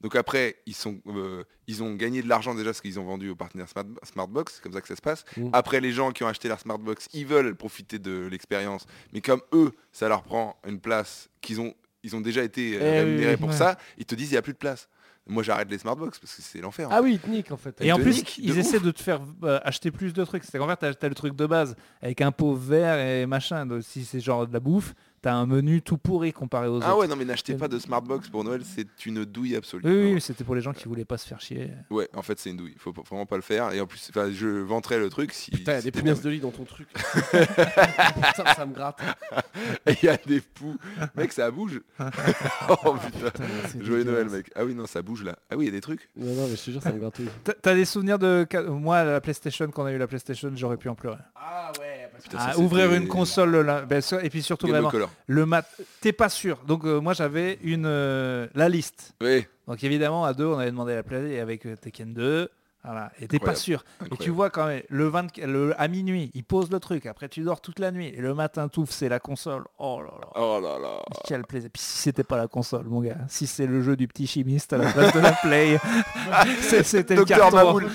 Donc après, ils, sont, euh, ils ont gagné de l'argent déjà parce qu'ils ont vendu aux partenaires Smart, Smartbox, c'est comme ça que ça se passe. Mm. Après, les gens qui ont acheté leur Smartbox, ils veulent profiter de l'expérience. Mais comme eux, ça leur prend une place qu'ils ont, ils ont déjà été euh, Eh rémunérés oui, pour ouais. ça, ils te disent il n'y a plus de place. Moi, j'arrête les Smartbox parce que c'est l'enfer. Ah oui, technique en fait. Et en de plus, nique, de ils ouf. essaient de te faire euh, acheter plus de trucs. C'est qu'en fait, t'as, t'as le truc de base avec un pot vert et machin. Donc, si c'est genre de la bouffe, t'as un menu tout pourri comparé aux Ah autres. ouais, non mais n'achetez pas de Smartbox pour Noël, c'est une douille absolue. Oui, oui, Non. mais c'était pour les gens qui voulaient pas se faire chier. Ouais, en fait c'est une douille, faut p- vraiment pas le faire. Et en plus, enfin, je vanterais le truc si... Putain, il y a si des t'es punaises bien- de lit dans ton truc. Putain, ça me gratte. Il y a des poux. Mec, ça bouge. Oh putain. Putain, c'est Joyeux Noël, dégueulasse. mec. Ah oui, non, ça bouge là. Ah oui, il y a des trucs. Non, non, mais je te jure, ça me gratouille. T'as, t'as des souvenirs de... ca- Moi, à la PlayStation, quand on a eu la PlayStation, j'aurais pu en pleurer. Ah ouais, parce que Putain, Ah, ça, ouvrir c'était- une console, là, ben, ça- et puis surtout Game Boy vraiment, Color. le mat... T'es pas sûr. Donc euh, moi, j'avais une euh, la liste. Oui, Donc évidemment, à deux, on avait demandé la play avec euh, Tekken deux. Voilà. Et t'es pas Incroyable. sûr. Et tu incroyable. vois quand même, le vingt, le, à minuit, il pose le truc. Après, tu dors toute la nuit. Et le matin, touf, c'est la console. Oh là là. Oh là là. Quel plaisir. Puis si c'était pas la console, mon gars. Si c'est le jeu du petit chimiste à la place de la play. c'est- c'était le Docteur carton. Maboul.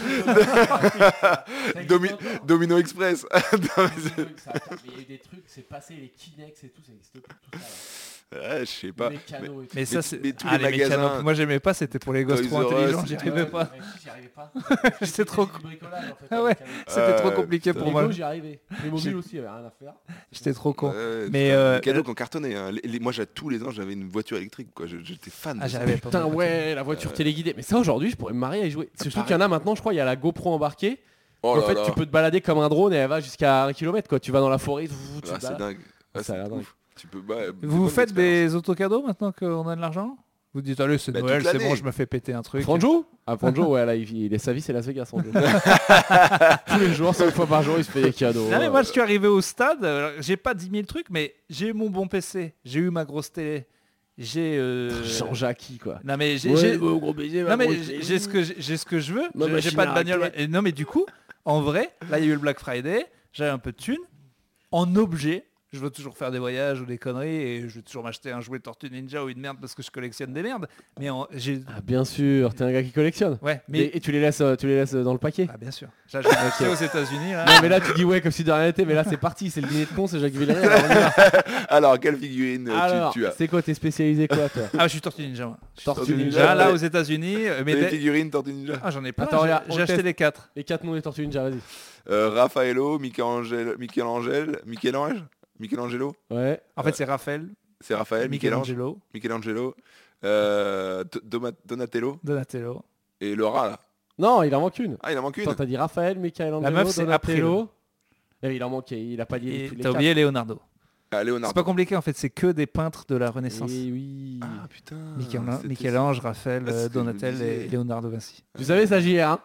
Ça existe Domi- encore. Domino Express. Il y a eu des trucs, ça- mais il y a eu des trucs, c'est passé, les Kinex et tout, ça existe plus, tout ça. Ouais, je sais là. pas. Les mécanos et tout. Mais ça, Mais- c'est... mais tous Ah, les mécanos, magasins- moi, j'aimais pas. C'était pour les gosses Toys trop R Us, intelligents. tout J'y ça. arrivais pas. Ouais, j'y arrivais pas. J'étais trop... Du bricolage, en fait, Ah avec ouais. un- C'était trop Ouais, compliqué putain. pour moi. Lego, j'y arrivais. Les J'ai- mobiles aussi, il y avait rien à faire. J'étais trop con. Ouais, Mais, putain, euh, les cadeaux euh, qu'on cartonnait. Hein. Les- les- moi, j'ai- tous les ans, j'avais une voiture électrique. Quoi. Je- J'étais fan Ah, de ça. j'arrivais pas. Putain, ouais, la voiture téléguidée. Mais ça, aujourd'hui, je pourrais me marier à y jouer. Surtout pareil. qu'il y en a maintenant, je crois, il y a la GoPro embarquée. Oh en là fait, là. tu peux te balader comme un drone et elle va jusqu'à un kilomètre. Quoi. Tu vas dans la forêt, tu Ah, te c'est balades. dingue. Ah, Ça a c'est l'air dingue. ouf. Tu peux, bah, c'est Vous bonne faites expérience. des autocadeaux maintenant qu'on a de l'argent? Vous dites, allez, c'est Bah, Noël, toute c'est bon, l'année. je me fais péter un truc. Franjo Ah, Franjo, ouais, là, il, il est sa vie, c'est Las Vegas, Franjo. Tous les jours, cinq fois par jour, il se fait des cadeaux. Non mais moi je suis arrivé au stade, alors, j'ai pas dix mille trucs, mais j'ai eu mon bon P C, j'ai eu ma grosse télé, j'ai... euh, Jean-Jacques, quoi. Non mais j'ai... Ouais, j'ai- ouais, gros baiser, Non ma mais grosse j'ai télé. j'ai ce que j'ai j'ai ce que je veux, Ma j'ai- j'ai machine pas à de bagnole. raclette. Et non mais du coup, en vrai, là il y a eu le Black Friday, j'avais un peu de thunes, en objet, je veux toujours faire des voyages ou des conneries et je vais toujours m'acheter un jouet Tortue Ninja ou une merde parce que je collectionne des merdes, mais en- j'ai... Ah, bien sûr, t'es un gars qui collectionne. Ouais, mais... Et, et tu les laisses, euh, tu les laisses dans le paquet. Ah bien sûr. Là, je l'ai acheté aux États-Unis. Là. Non mais là tu dis ouais comme si de rien n'était, mais là c'est parti, c'est le dîner de con, c'est Jacques Villeray. Alors, on y va. Alors, quelle figurine euh, tu- Alors, tu, as c'est quoi, t'es spécialisé quoi toi Ah, je suis Tortue Ninja. Moi. Je suis Tortue Tortue Ninja, Ninja, là ouais. aux États-Unis. euh, Mais Les dès- figurines Tortue Ninja. ah, j'en ai pas. Attends, j'ai- regarde, on j'ai acheté teste. les quatre. Les quatre noms des Tortues Ninja, vas-y. Euh, Raffaello, Michel-Angelo, Michel-Angelo, Michel-Ange Michelangelo, Ouais. En fait, c'est Raphaël, c'est Raphaël, Michel-Ange, Michelangelo, Michelangelo, euh, T- Doma- Donatello Donatello. et Laura là. Non, il en manque une. Ah, il en manque une. Attends, t'as dit Raphaël, Michelangelo, La meuf, c'est Donatello. Eh, il en manquait, il a pas dit Et tous les t'as quatre. oublié Leonardo. Ah, C'est Leonardo. pas compliqué en fait, c'est que des peintres de la Renaissance. Eh oui. Ah putain. Michel- c'était Michel-Ange, Raphaël, Ah, c'est euh, ce que je me Donatello disais. et Leonardo Vinci. Tu savais ça, J R, hein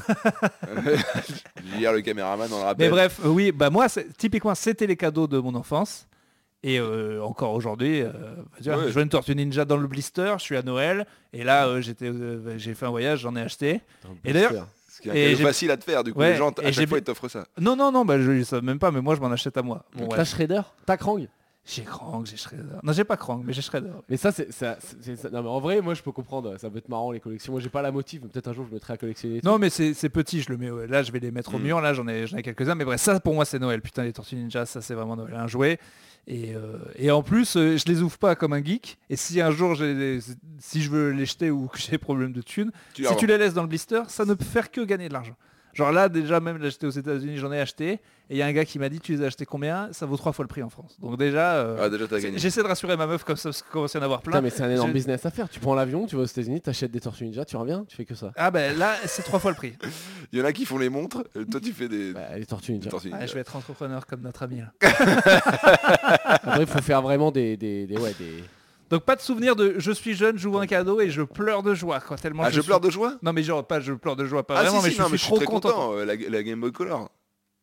Hier, le caméraman, on le Mais rappelle. bref, euh, oui, bah moi, c'est- typiquement, c'était les cadeaux de mon enfance. Et euh, encore aujourd'hui, euh, tu vois, Ouais. je vois une Tortue Ninja dans le blister, je suis à Noël, et là, euh, j'étais, euh, j'ai fait un voyage, j'en ai acheté. Et d'ailleurs, Ce qui est un Et cadeau j'ai- facile à te faire, du coup, Ouais, les gens, et à j'ai chaque fois, bu- ils t'offrent ça. non, non, non, bah, je ne savais même pas, mais moi, je m'en achète à moi. Bon, T'as ouais. Shredder, t'as Krang. J'ai Krang, j'ai Shredder. Non, j'ai pas Krang, mais j'ai Shredder. Mais ça, c'est ça, c'est- c'est- non mais en vrai, moi je peux comprendre, ça peut être marrant les collections. Moi j'ai pas la motive, mais peut-être un jour je me mettrai à collectionner. des Non, mais c'est c'est petit, je le mets. Ouais. Là, je vais les mettre au Mm. mur. Là, j'en ai, j'en ai quelques-uns. Mais bref, ça, pour moi, c'est Noël. Putain, les Tortues Ninja, ça, c'est vraiment Noël. Un jouet. Et, euh, et en plus, euh, je les ouvre pas comme un geek. Et si un jour, j'ai des- si je veux les jeter ou que j'ai des problèmes de thunes, Tu les si tu revends. les laisses dans le blister, ça ne peut faire que gagner de l'argent. Genre là, déjà, même l'acheter aux États-Unis, j'en ai acheté. Et il y a un gars qui m'a dit, tu les as achetés combien? Ça vaut trois fois le prix en France. Donc déjà, euh, Ah, déjà, t'as c'est- gagné. j'essaie de rassurer ma meuf comme ça, parce qu'il commence à y en avoir plein. Putain, mais c'est un énorme Je- business à faire. Tu prends l'avion, tu vas aux États-Unis, t'achètes des Tortues Ninja, tu reviens, tu fais que ça. Ah ben là, c'est trois fois le prix. Il y en a qui font les montres, euh, toi, tu fais des. Bah, les Tortues des Ninja. tortues Ouais, ninja. je vais être entrepreneur comme notre ami là. Après, il faut faire vraiment des, des, des, ouais, des. Donc pas de souvenir de je suis jeune, j'ouvre un cadeau et je pleure de joie quoi, tellement Ah, je suis- pleure de joie. Non mais genre pas je pleure de joie, pas Ah, vraiment, si, mais si, je non, suis mais je suis trop très content. content. euh, La, la Game Boy Color.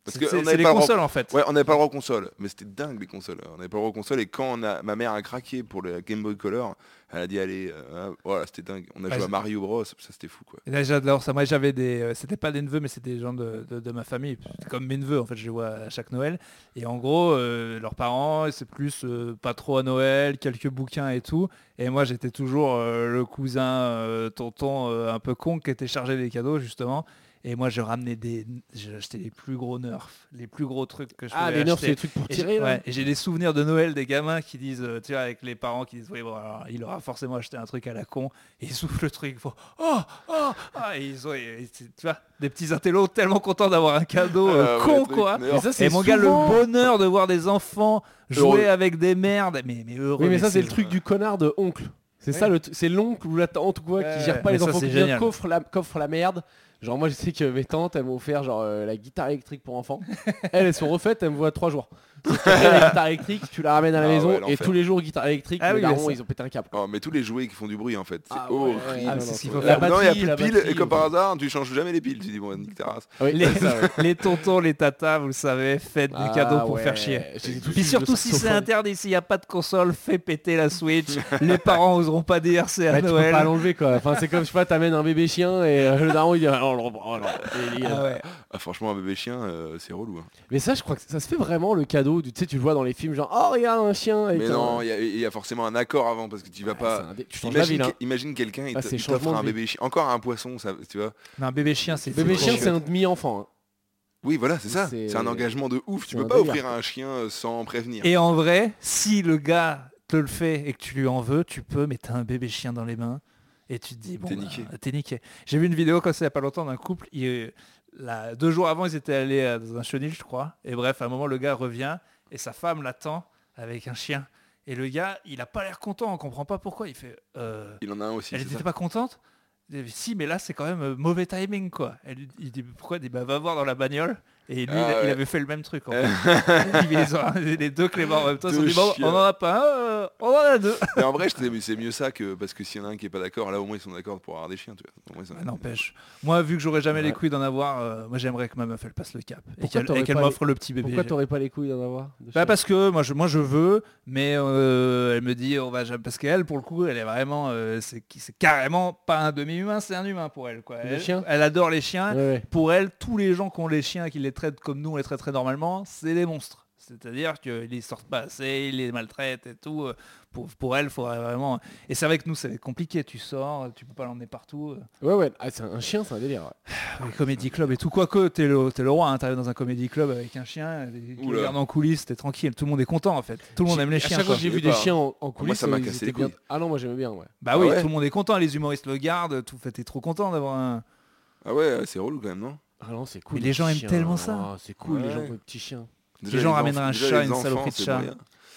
Parce C'est que c'est- on c'est avait les pas le droit- consoles en fait. Ouais, on n'avait pas le droit aux consoles, mais c'était dingue les consoles. On n'avait pas le droit aux consoles et quand on a, ma mère a craqué pour le Game Boy Color, elle a dit allez, euh, voilà, c'était dingue. On a Ouais, joué à c'est- Mario Bros, ça c'était fou quoi. Et là j'adore ça. Moi j'avais des, euh, c'était pas des neveux mais c'était des gens de, de- de ma famille. C'était comme mes neveux en fait, je les vois à chaque Noël. Et en gros euh, leurs parents c'est plus euh, pas trop à Noël, quelques bouquins et tout. Et moi j'étais toujours euh, le cousin euh, tonton euh, un peu con qui était chargé des cadeaux justement. Et moi je ramenais des, j'ai acheté les plus gros nerfs, les plus gros trucs que je Ah, pouvais les nerfs, c'est acheter. les trucs pour Et j'ai tirer là. ouais, et j'ai des souvenirs de Noël des gamins qui disent, euh, tu vois, avec les parents qui disent, oui, bon, alors, il aura forcément acheté un truc à la con, et ils soufflent le truc, ils font, oh, oh, ah, et ils ont, et- et c'est- tu vois, des petits intellos tellement contents d'avoir un cadeau euh, Ah, ouais, con, le truc quoi. nerf. Mais ça, c'est Et mon gars, le souvent- bonheur de voir des enfants jouer Heureux. avec des merdes, mais, mais heureux. Oui, mais ça, c'est le c'est- truc du connard de oncle. C'est Ouais. ça, le t- c'est l'oncle ou la tante ou quoi Ouais, qui gère pas mais les ça, enfants, c'est qui vient génial. coffre la, coffre la merde. Genre, moi, je sais que mes tantes, elles m'ont offert genre euh, la guitare électrique pour enfants. Elles, elles sont refaites, elles me voient trois jours. Sauf que la guitare électrique, tu la ramènes à la Ah maison ouais, et l'enfer. tous les jours, guitare électrique, Ah les oui, darons, mais ça- ils ont pété un câble. Oh, mais tous les jouets qui font du bruit en fait, c'est Ah ouais, horrible. ouais, Ah, non, mais non, c'est ce qu'il faut- faut la faire. Là-dedans, il n'y a batterie, plus de la piles batterie, et comme euh, par hasard, tu changes jamais les piles. Tu dis bon, nique ta race. Oui, Les, c'est ça, ouais. les tontons, les tatas, vous le savez, faites Ah, des cadeaux pour ouais. faire chier. J'ai des trucs Puis de surtout si c'est saxophone. interdit, s'il n'y a pas de console, fais péter la Switch. Les parents oseront pas dire c'est à Ouais, tu peux Noël. pas l'enlever quoi. Enfin, c'est comme je sais pas, t'amènes un bébé chien et euh, le daron il dit oh, non, oh, non. Et il- Ah ouais. Ah, franchement, un bébé chien, euh, c'est relou. hein. Mais ça, je crois que ça se fait vraiment le cadeau. Du, tu sais, tu le vois dans les films, genre oh regarde un chien. avec Mais un- non, il y, a- il y a forcément un accord avant parce que tu vas Ouais, pas. c'est un dé- Tu changes la Imagine, ville. hein. que- imagine quelqu'un, il Ah, te- c'est il t'offre changement un de vie. bébé chien, encore un poisson, ça, tu vois. Mais un bébé chien, c'est Bébé c'est chien, trop c'est chiant. un demi-enfant. hein. Oui, voilà, c'est ça. C'est- C'est un engagement de ouf. Tu c'est peux un pas délire, offrir quoi. un chien euh, sans prévenir. Et en vrai, si le gars te le fait et que tu lui en veux, tu peux, mais t'as un bébé chien dans les mains et tu te dis bon, T'es bah, niqué. t'es niqué. J'ai vu une vidéo comme ça il y a pas longtemps d'un couple. il- là, deux jours avant, ils étaient allés euh, dans un chenil, je crois. Et bref, à un moment, le gars revient et sa femme l'attend avec un chien. Et le gars, il a pas l'air content. On comprend pas pourquoi. Il fait. euh, Il en a un aussi. Elle c'est n'était ça. pas contente. Il dit, si, mais là, c'est quand même euh, mauvais timing, quoi. Elle, lui- il dit, pourquoi Il dit, bah, va voir dans la bagnole. Et lui, Ah, il, a- il ouais. avait fait le même truc. En fait. Il dit, mais ils ont- les deux cléments en même temps. Ils se sont Deux dit, bon, chiens. on en a pas un, euh, on en a deux. Mais en vrai, je te dis, c'est mieux ça que parce que s'il y en a un qui est pas d'accord, là au moins ils sont d'accord pour avoir des chiens, tu vois. Au moins, ça- Bah, N'empêche. Moi, vu que j'aurais jamais les Ouais. couilles d'en avoir, euh, moi, j'aimerais que ma meuf, elle passe le cap. Et Pourquoi qu'elle t'aurais et qu'elle pas m'offre le petit bébé. Pourquoi t'aurais pas les couilles d'en avoir de Bah chien parce que moi je, moi je veux, mais euh, elle me dit on va jamais parce qu'elle pour le coup elle est vraiment euh, c'est c'est carrément pas un demi-humain, c'est un humain pour elle quoi. Les Elle, chiens elle adore les chiens. Ouais, ouais. Pour elle, tous les gens qui ont les chiens, qui les traitent comme nous on les traiterait normalement, c'est des monstres. C'est-à-dire qu'ils les sortent pas assez, ils les maltraitent et tout. Pour, pour elle, il faudrait vraiment. Et c'est vrai que nous, ça va être compliqué. Tu sors, tu peux pas l'emmener partout. Ouais, ouais. Ah, c'est un chien, c'est un délire. ouais. Les comédie club et tout. Quoique, t'es le, t'es le roi. Hein, T'arrives dans un comédie club avec un chien, qui Oula. regarde en coulisses, t'es tranquille. Tout le monde est content en fait. Tout le monde J'ai- aime les À chiens. chaque quoi. fois que j'ai Je vu sais des pas. chiens en, en Moi, coulisses, ça m'a ils cassé étaient les bien- couilles. Ah non, moi j'aimais bien. Ouais. Bah Ah oui, ouais tout le monde est content. Les humoristes le gardent. Tout fait, t'es trop content d'avoir un. Ah ouais, c'est relou quand même, non Ah non, c'est cool. Mais les gens petits aiment chiens. tellement ça. Ah, c'est cool, les Ouais. gens qui ont des petits chiens. Déjà, Les gens enf- ramèneraient un déjà, chat, les une enfants, saloperie de c'est chat. moyen.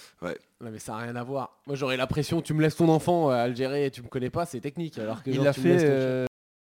Non, mais ça n'a rien à voir. Moi j'aurais la pression, tu me laisses ton enfant à le gérer et tu me connais pas, c'est technique. Alors que Il genre, l'a tu me laisses fait. ton chien. euh,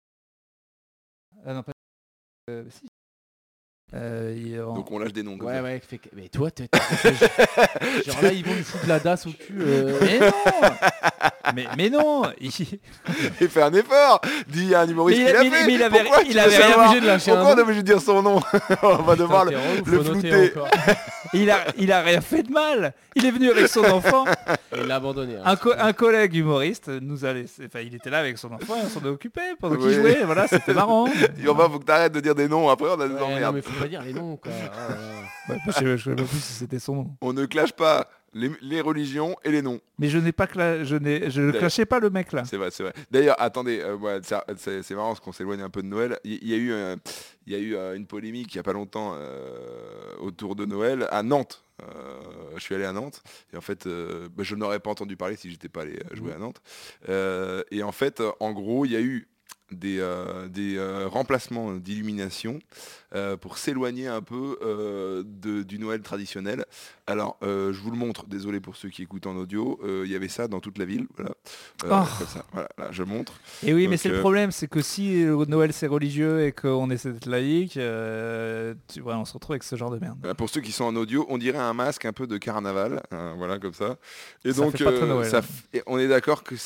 Ah non, pas. euh, si. Euh, il- en- Donc on lâche des noms comme Ouais, ça. ouais, fait que- mais toi, t'es. t'es- Genre là, ils vont nous foutre la dasse au cul. euh. Mais non mais, mais non il... Et fais un effort. Dis il y a un humoriste Mais qui il- l'a mais- fait. mais il avait- Pourquoi il tu avait veux rien savoir obligé de lâcher un Pourquoi on nom est obligé de dire son nom On va devoir le, Putain, t'es relou, le faut noter flouter. encore. il, a, il a rien fait de mal. Il est venu avec son enfant. Et il l'a abandonné. hein. Un, co- un collègue humoriste nous a laissé. Enfin, il était là avec son enfant et on s'en est occupé pendant qu'il Oui. jouait. Voilà, c'était marrant. Urbain, faut que t'arrêtes de dire des noms. Après, on a des Ouais, non, emmerdes. mais faut pas dire les noms quoi. Oh là là. Ouais, je ne sais pas plus si c'était son nom. On ne clash pas les, les religions et les noms. Mais je n'ai pas cla... je n'ai je ne D'ailleurs. clashais pas le mec là. C'est vrai, c'est vrai. D'ailleurs, attendez, euh, ouais, ça- c'est c'est marrant parce qu'on s'éloigne un peu de Noël. Il il y, a eu, euh, il y a eu euh, une polémique il n'y a pas longtemps euh, autour de Noël à Nantes. Euh, je suis allé à Nantes et en fait, euh, bah, je n'aurais pas entendu parler si j'étais pas allé euh, jouer à Nantes. Euh, et en fait, euh, en gros, il y a eu des, euh, des euh, remplacements d'illumination euh, pour s'éloigner un peu euh, de- du Noël traditionnel. Alors, euh, je vous le montre, désolé pour ceux qui écoutent en audio, euh, il y avait ça dans toute la ville, voilà. Euh, Oh. comme ça, voilà, là, je montre. Et oui, mais Donc, c'est le euh, problème, c'est que si euh, Noël c'est religieux et qu'on essaie d'être laïque, euh, tu vois, on se retrouve avec ce genre de merde. Euh, Pour ceux qui sont en audio, on dirait un masque un peu de carnaval, hein, voilà comme ça. Et Ça donc, fait pas très euh, Noël, ça hein. f- et on est d'accord que c-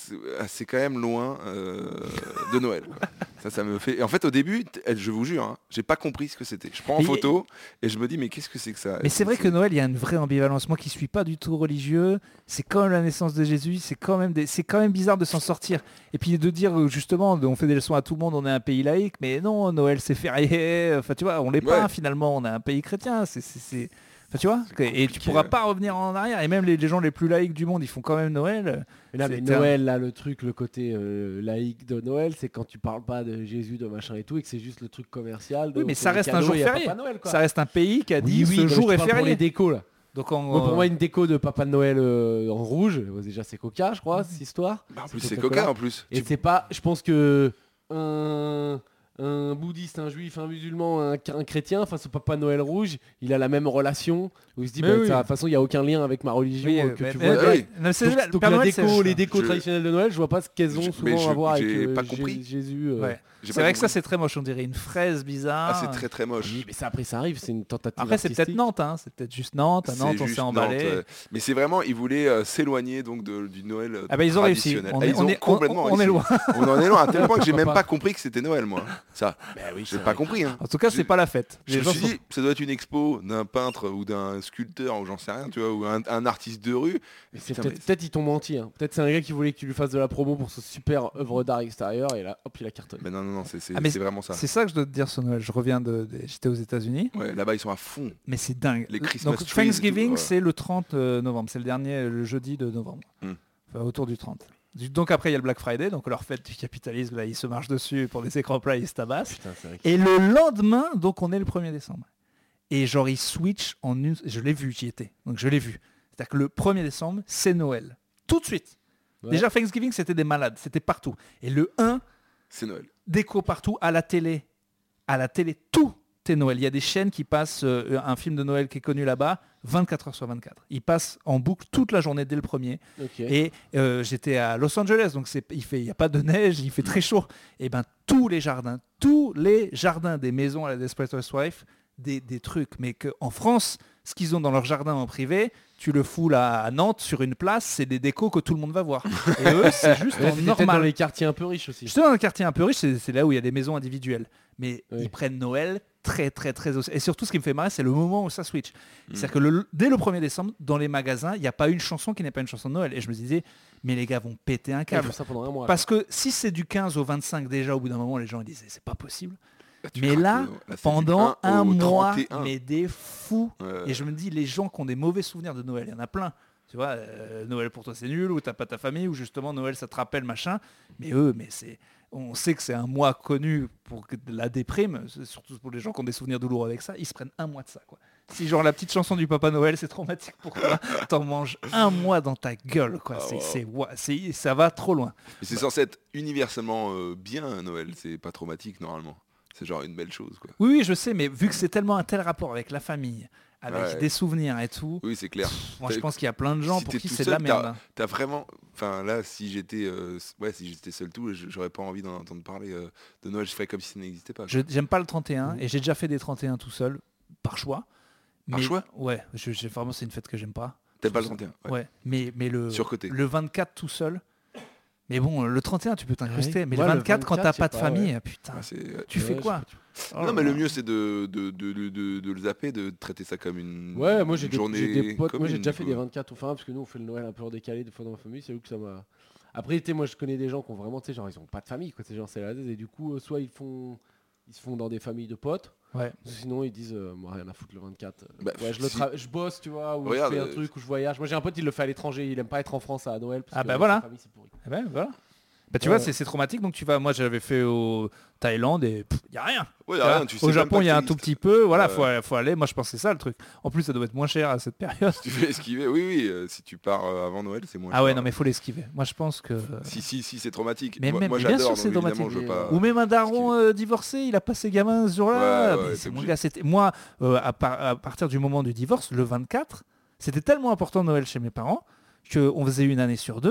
c'est c'est quand même loin euh, de Noël. Quoi. Ça, ça me fait. Et en fait, au début, t- je vous jure, hein, j'ai pas compris ce que c'était. Je prends en Et- photo et je me dis, mais qu'est-ce que c'est que ça Mais c'est vrai que Noël, il y a une vraie ambivalence. Moi qui suis pas du tout religieux, c'est quand même la naissance de Jésus, c'est quand même des... c'est quand même bizarre de s'en sortir. Et puis de dire euh, justement, on fait des leçons à tout le monde, on est un pays laïque, mais non, Noël c'est férié. Enfin tu vois, on l'est pas Ouais. finalement, on est un pays chrétien. C'est, c'est, c'est... Enfin tu vois, C'est et tu compliqué, pourras ouais. pas revenir en arrière. Et même les, les gens les plus laïcs du monde, ils font quand même Noël. Mais là, mais C'était un- Noël, là, le truc, le côté euh, laïque de Noël, c'est quand tu parles pas de Jésus, de machin et tout, et que c'est juste le truc commercial. De Oui, mais on ça fait des reste un cadeaux jour et y a férié. Papa Noël, quoi. Ça reste un pays qui a dit Oui, oui, ce non, mais jour je est te parle pour férié. les décos, là. Donc en, Moi, pour moi, une déco de Papa Noël euh, en rouge, euh, déjà c'est coca, je crois, cette histoire. Bah, en plus, C'est c'est Coca-Cola. coca en plus. Et Tu- c'est pas, je pense que un, un bouddhiste, un juif, un musulman, un, un chrétien, face au Papa Noël rouge, il a la même relation. Où il se dit, Mais bah, oui. ça, de toute façon, il n'y a aucun lien avec ma religion Oui, euh, euh, que mais- tu mais- vois. Ouais, mais- non, c'est- Donc, le donc Père la Noël, déco, c'est- les décos Je- traditionnelles de Noël, je vois pas ce qu'elles ont Je- souvent mais je- à voir avec j'ai euh, pas Jé- compris. Jésus. euh. Ouais. j'ai C'est pas vrai que ça compris. c'est très moche, on dirait une fraise bizarre. Ah, c'est très très moche. Oui, mais ça après ça arrive, c'est une tentative Après c'est peut-être artistique. Nantes, hein. C'est peut-être juste Nantes. À C'est Nantes on juste s'est Nantes, emballé. ouais. Mais c'est vraiment, ils voulaient euh, s'éloigner donc de- du Noël euh, Ah bah ils ont réussi. traditionnel. On Ah, est, ils on ont est- on- complètement on est réussi. loin. On en est loin à tel point que j'ai Pourquoi même pas. pas compris que c'était Noël, moi. Ça, Bah oui, j'ai c'est pas vrai. compris. Hein. En tout cas c'est Je- pas la fête. Je Les me gens suis sont- dit, ça doit être une expo d'un peintre ou d'un sculpteur ou j'en sais rien, tu vois, ou un, un artiste de rue. Mais c'est Putain, peut-être mais- peut-être ils t'ont menti. Hein. Peut-être c'est un gars qui voulait que tu lui fasses de la promo pour ce super œuvre d'art extérieur et là, hop, il a cartonné. Mais non, non, non, c'est c'est- Ah, mais c'est vraiment ça. C'est ça que je dois te dire sur Noël. Je reviens de, de- j'étais aux États-Unis, Ouais, là-bas, ils sont à fond. mais c'est dingue. Les Christmas Donc trees et Thanksgiving tout, ouais. c'est le trente novembre, c'est le dernier le jeudi de novembre. Hmm. Enfin, autour du trente. Du- Donc après il y a le Black Friday, donc leur fête du capitalisme, là ils se marchent dessus pour des écrans plats, ils se tabassent. Putain, c'est vrai. Et le lendemain, donc on est le premier décembre. Et genre ils switch en une... Je l'ai vu, j'y étais. Donc je l'ai vu. C'est-à-dire que le premier décembre, c'est Noël. Tout de suite. Ouais. Déjà Thanksgiving, c'était des malades. C'était partout. Et le un, C'est Noël. déco partout, à la télé. À la télé, tout est Noël. Il y a des chaînes qui passent euh, un film de Noël qui est connu là-bas, vingt-quatre heures sur vingt-quatre. Ils passent en boucle toute la journée dès le premier. Ok. Et euh, j'étais à Los Angeles, donc c'est, il fait, il n'y a pas de neige, il fait très chaud. Et ben tous les jardins, tous les jardins des maisons à la Desperate Housewives, des, des trucs. Mais qu'en France, ce qu'ils ont dans leur jardin en privé, tu le fous là à Nantes sur une place, c'est des décos que tout le monde va voir. Et eux, c'est juste Là, en t'étais peut-être normal. dans les quartiers un peu riches aussi. J'étais dans un quartier un peu riche, c'est, c'est là où il y a des maisons individuelles. Mais Oui. ils prennent Noël très très très au... Et surtout ce qui me fait marrer, c'est le moment où ça switch. Mm. C'est-à-dire que le- dès le premier décembre, dans les magasins, il n'y a pas une chanson qui n'est pas une chanson de Noël. Et je me disais, mais les gars vont péter un Ils câble. font ça pendant un mois. Parce que si c'est du quinze au vingt-cinq déjà, au bout d'un moment, les gens ils disaient, c'est pas possible. Là, tu Mais craques, là, euh, c'est du Pendant un au mois, trente et un. mais des fous. Ouais. Et je me dis, les gens qui ont des mauvais souvenirs de Noël, il y en a plein. Tu vois, euh, Noël pour toi c'est nul, ou t'as pas ta famille, ou justement Noël ça te rappelle machin. Mais eux, mais c'est, on sait que c'est un mois connu pour que- de la déprime, c'est surtout pour les gens qui ont des souvenirs douloureux avec ça, ils se prennent un mois de ça, quoi. Si genre la petite chanson du Papa Noël c'est traumatique pour toi, t'en manges un mois dans ta gueule, quoi. Ah, C'est, wow. c'est, ouah, c'est- ça va trop loin. Mais c'est censé être universellement euh, bien Noël, c'est pas traumatique normalement. C'est genre une belle chose quoi. Oui, oui, je sais, mais vu que c'est tellement un tel rapport avec la famille, avec Ouais. des souvenirs et tout, Oui, c'est clair. moi je T'as- pense qu'il y a plein de gens si pour t'es qui tout c'est de la seul, merde. hein. T'as vraiment, enfin là, si j'étais, euh, ouais, si j'étais seul tout, je- j'aurais pas envie d'en entendre parler euh, de Noël. Je ferais comme si ça n'existait pas. quoi. Je- J'aime pas le trente et un Mhm. et j'ai déjà fait des trente et un tout seul, par choix. Par Mais- choix Ouais, je, j'ai- vraiment c'est une fête que j'aime pas. T'aimes pas le trente et un. Ouais, Ouais. mais, mais le, Surcoté. le vingt-quatre tout seul. Mais bon, le trente et un tu peux t'incruster, Ouais. mais Ouais, le le vingt-quatre quand t'as vingt-quatre, pas de je sais pas, famille, putain, Ah, c'est- ouais. tu fais Ouais, quoi je- Oh non, là mais le là. mieux c'est de, de, de, de, de- de le zapper, de traiter ça comme une Ouais, moi j'ai une des, journée j'ai des potes, moi j'ai commune, déjà du fait coup. des vingt-quatre ou fin parce que nous on fait le Noël un peu en décalé des fois dans ma famille, c'est où que ça m'a. Après, tu sais, moi je connais des gens qui ont vraiment, tu sais, genre ils ont pas de famille quoi, ces gens c'est la et du coup euh, soit ils font, ils se font dans des familles de potes, Ouais. sinon ils disent euh, moi rien à foutre le vingt-quatre. euh, Bah, ouais, je, le si- tra- je bosse, tu vois, ou Regarde, je fais un euh, truc où je voyage. Moi j'ai un pote, il le fait à l'étranger, il aime pas être en France à Noël parce Ah que bah sa voilà. famille, c'est pourri. Eh ben, voilà. Bah, tu Ouais, vois, ouais. c'est, c'est traumatique, donc tu vas. Moi, j'avais fait au Thaïlande et il y a rien. Ouais, Tu y a vois, rien, tu sais au même Japon, pas il y a que un ça tout existe. petit peu. Voilà, Ouais. faut, faut aller. Moi, je pense que c'est ça le truc. En plus, ça doit être moins cher à cette période. Tu fais esquiver, oui, oui. euh, si tu pars euh, avant Noël, c'est moins Ah ouais, cher. non, mais faut l'esquiver. Moi, je pense que. Si, si, si, c'est traumatique. Mais moi, même- moi, mais bien j'adore, sûr, c'est donc évidemment, traumatique. je veux pas. Ou même un daron esquiver. euh, divorcé, il a pas ses gamins ce jour-là. Ouais, ouais, Mais t'es c'est mon obligé. gars, c'était... Moi, euh, à, par- à partir du moment du divorce, le vingt-quatre, c'était tellement important Noël chez mes parents qu'on faisait une année sur deux.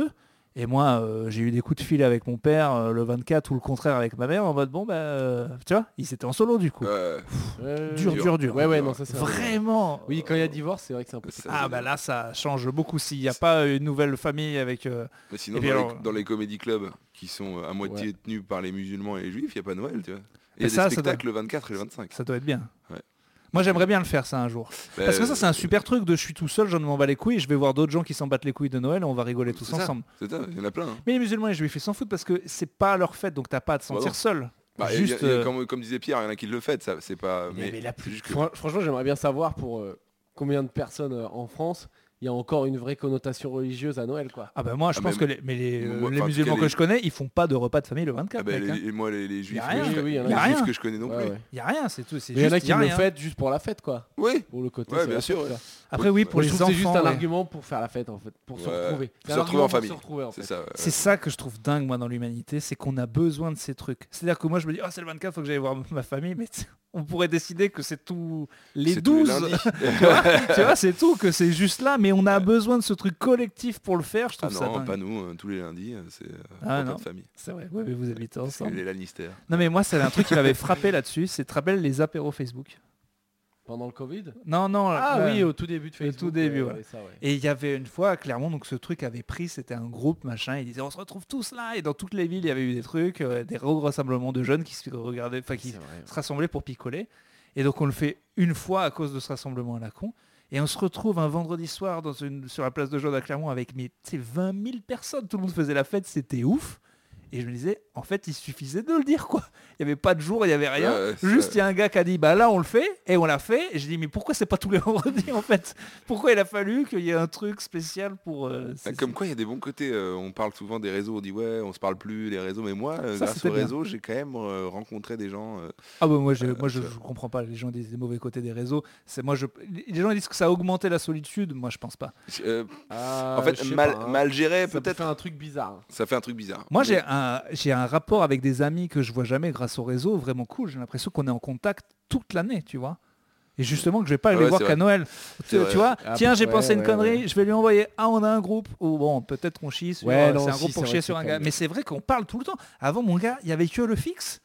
Et moi, euh, j'ai eu des coups de fil avec mon père euh, le vingt-quatre ou le contraire avec ma mère en mode bon bah euh, tu vois, ils étaient en solo du coup. Ouais. Euh, dur, dur, dur. Ouais, ouais, non, ça c'est Vraiment. Oui, quand il y a divorce, c'est vrai que c'est un peu. Ça, Ah c'est- bah là ça change beaucoup s'il n'y a pas une nouvelle famille avec... euh, Mais sinon, Et dans, puis les, alors- dans les comédie clubs qui sont à moitié Ouais. tenus par les musulmans et les juifs, il n'y a pas Noël, tu vois. Il y Mais a ça, ça des doit- spectacles le vingt-quatre et le vingt-cinq. Ça doit être bien. Ouais. Moi j'aimerais bien le faire ça un jour. Parce que ça c'est un Euh, super truc de je suis tout seul, j'en m'en bats les couilles, je vais voir d'autres gens qui s'en battent les couilles de Noël et on va rigoler tous c'est ça, ensemble. C'est ça, il y en a plein. hein. Mais les musulmans et les juifs ils s'en foutent parce que c'est pas leur fête donc t'as pas à te Bah sentir non. seul. Bah, il y a- Juste... il y a- euh, comme, comme disait Pierre, il y en a qui le font, ça, c'est pas. Mais, mais la c'est plus- juste que- Fran- Franchement, j'aimerais bien savoir pour euh, combien de personnes euh, en France il y a encore une vraie connotation religieuse à Noël, quoi. Ah bah moi je Ah, pense mais- que les, mais les, euh, moi, les enfin, en tout musulmans cas, que les- je connais ils font pas de repas de famille le Ah vingt-quatre bah, mec, les- hein. et moi, les, les juifs, rien. les, Oui, oui, il y en a les qui- juifs rien. que je connais non Ouais, plus. ouais. Y a rien, c'est tout. C'est Mais il y en a juste, qui y a le rien. fêtent juste pour la fête, quoi. Oui, Pour le côté. Ouais, c'est bien la sûr, fête, ouais. quoi. Après oui pour Moi, je les trouve que c'est juste enfants. un ouais. argument pour faire la fête, en fait, pour se Ouais. retrouver. Se un retrouver argument en pour famille. se retrouver, en c'est fait. ça. ouais. C'est ça que je trouve dingue moi dans l'humanité, c'est qu'on a besoin de ces trucs. C'est-à-dire que moi je me dis oh c'est le vingt-quatre, faut que j'aille voir ma famille, mais t- on pourrait décider que c'est tous les C'est tous les douze. lundis. tu vois, tu vois, c'est tout, que c'est juste là, mais on a besoin de ce truc collectif pour le faire, je Ah trouve ça non, dingue. pas nous, euh, tous les lundis, euh, c'est euh, Ah repas non. de famille. C'est vrai, ouais, mais vous habitez C'est ensemble. les Lannister. Non mais moi c'est un truc qui m'avait frappé là-dessus, c'est tu te rappelles les apéros Facebook. Pendant le Covid. Non, non. Ah là- oui, au tout début de Au Facebook. tout début, ouais, ouais. ouais, ça, ouais. Et il y avait une fois, clairement, donc ce truc avait pris, c'était un groupe, machin, ils disaient on se retrouve tous là, et dans toutes les villes, il y avait eu des trucs, euh, des rassemblements de jeunes qui se regardaient, enfin qui C'est vrai. se rassemblaient pour picoler. Et donc on le fait une fois à cause de ce rassemblement à la con. Et on se retrouve un vendredi soir dans une, sur la place de Jaune à Clermont avec mais, tu sais, vingt mille personnes, tout le monde faisait la fête, c'était ouf. Et je me disais, en fait, il suffisait de le dire, quoi. Il n'y avait pas de jour, il n'y avait rien. Ouais, c'est- Juste, il y a un gars qui a dit, bah là, on le fait, et on l'a fait. Et je dis, mais pourquoi c'est pas tous les vendredis, en fait? Pourquoi il a fallu qu'il y ait un truc spécial pour... euh, Bah, c'est- comme quoi il y a des bons côtés, euh, on parle souvent des réseaux, on dit ouais on se parle plus les réseaux, mais moi euh, Ça, grâce c'était aux bien. réseaux j'ai quand même euh, rencontré des gens. euh, Ah bah moi, je, Euh, moi je, ça- je comprends pas, les gens disent des mauvais côtés des réseaux. C'est moi je, les gens ils disent que ça a augmenté la solitude, moi je pense pas. euh, Ah, en fait je sais mal, pas, hein. mal géré Ça peut peut-être, faire un truc bizarre. hein. ça fait un truc bizarre. Moi Mais- j'ai un, j'ai un rapport avec des amis que je vois jamais grâce au réseau, vraiment cool. J'ai l'impression qu'on est en contact toute l'année, tu vois. Et justement que je vais pas Ah les ouais, voir c'est qu'à vrai. Noël. C'est Tu, vrai. tu vois, Ah, tiens j'ai ouais, pensé une ouais, connerie, ouais. je vais lui envoyer, ah on a un groupe, ou bon peut-être qu'on chie sur, Ouais, euh, non, c'est un si, groupe c'est pour vrai chier que sur c'est un quand gars. même- Mais c'est vrai qu'on parle tout le temps. Avant mon gars, il y avait que le fixe.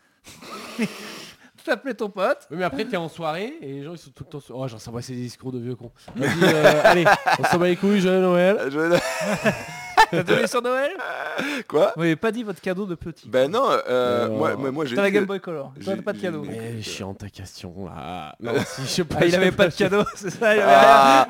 Tu appelais ton pote. Oui, mais après, t'es en soirée et les gens ils sont tout le temps. sur- Oh, genre, ça va, c'est des discours de vieux cons. Vas-y, euh, allez, on s'en bat les couilles, joyeux Noël. Euh, je- T'as donné sur Noël? Quoi? Vous m'avez pas dit votre cadeau de petit. Ben non, euh, Euh, moi, moi, moi, j'ai T'as la dit Game que- Boy Color. Toi j'ai- t'as pas de j'ai- cadeau. j'ai- Mais chiant ta question là. Non, si, je sais pas. Ah, il je avait sais pas de je- cadeau, c'est ça, il avait Ah,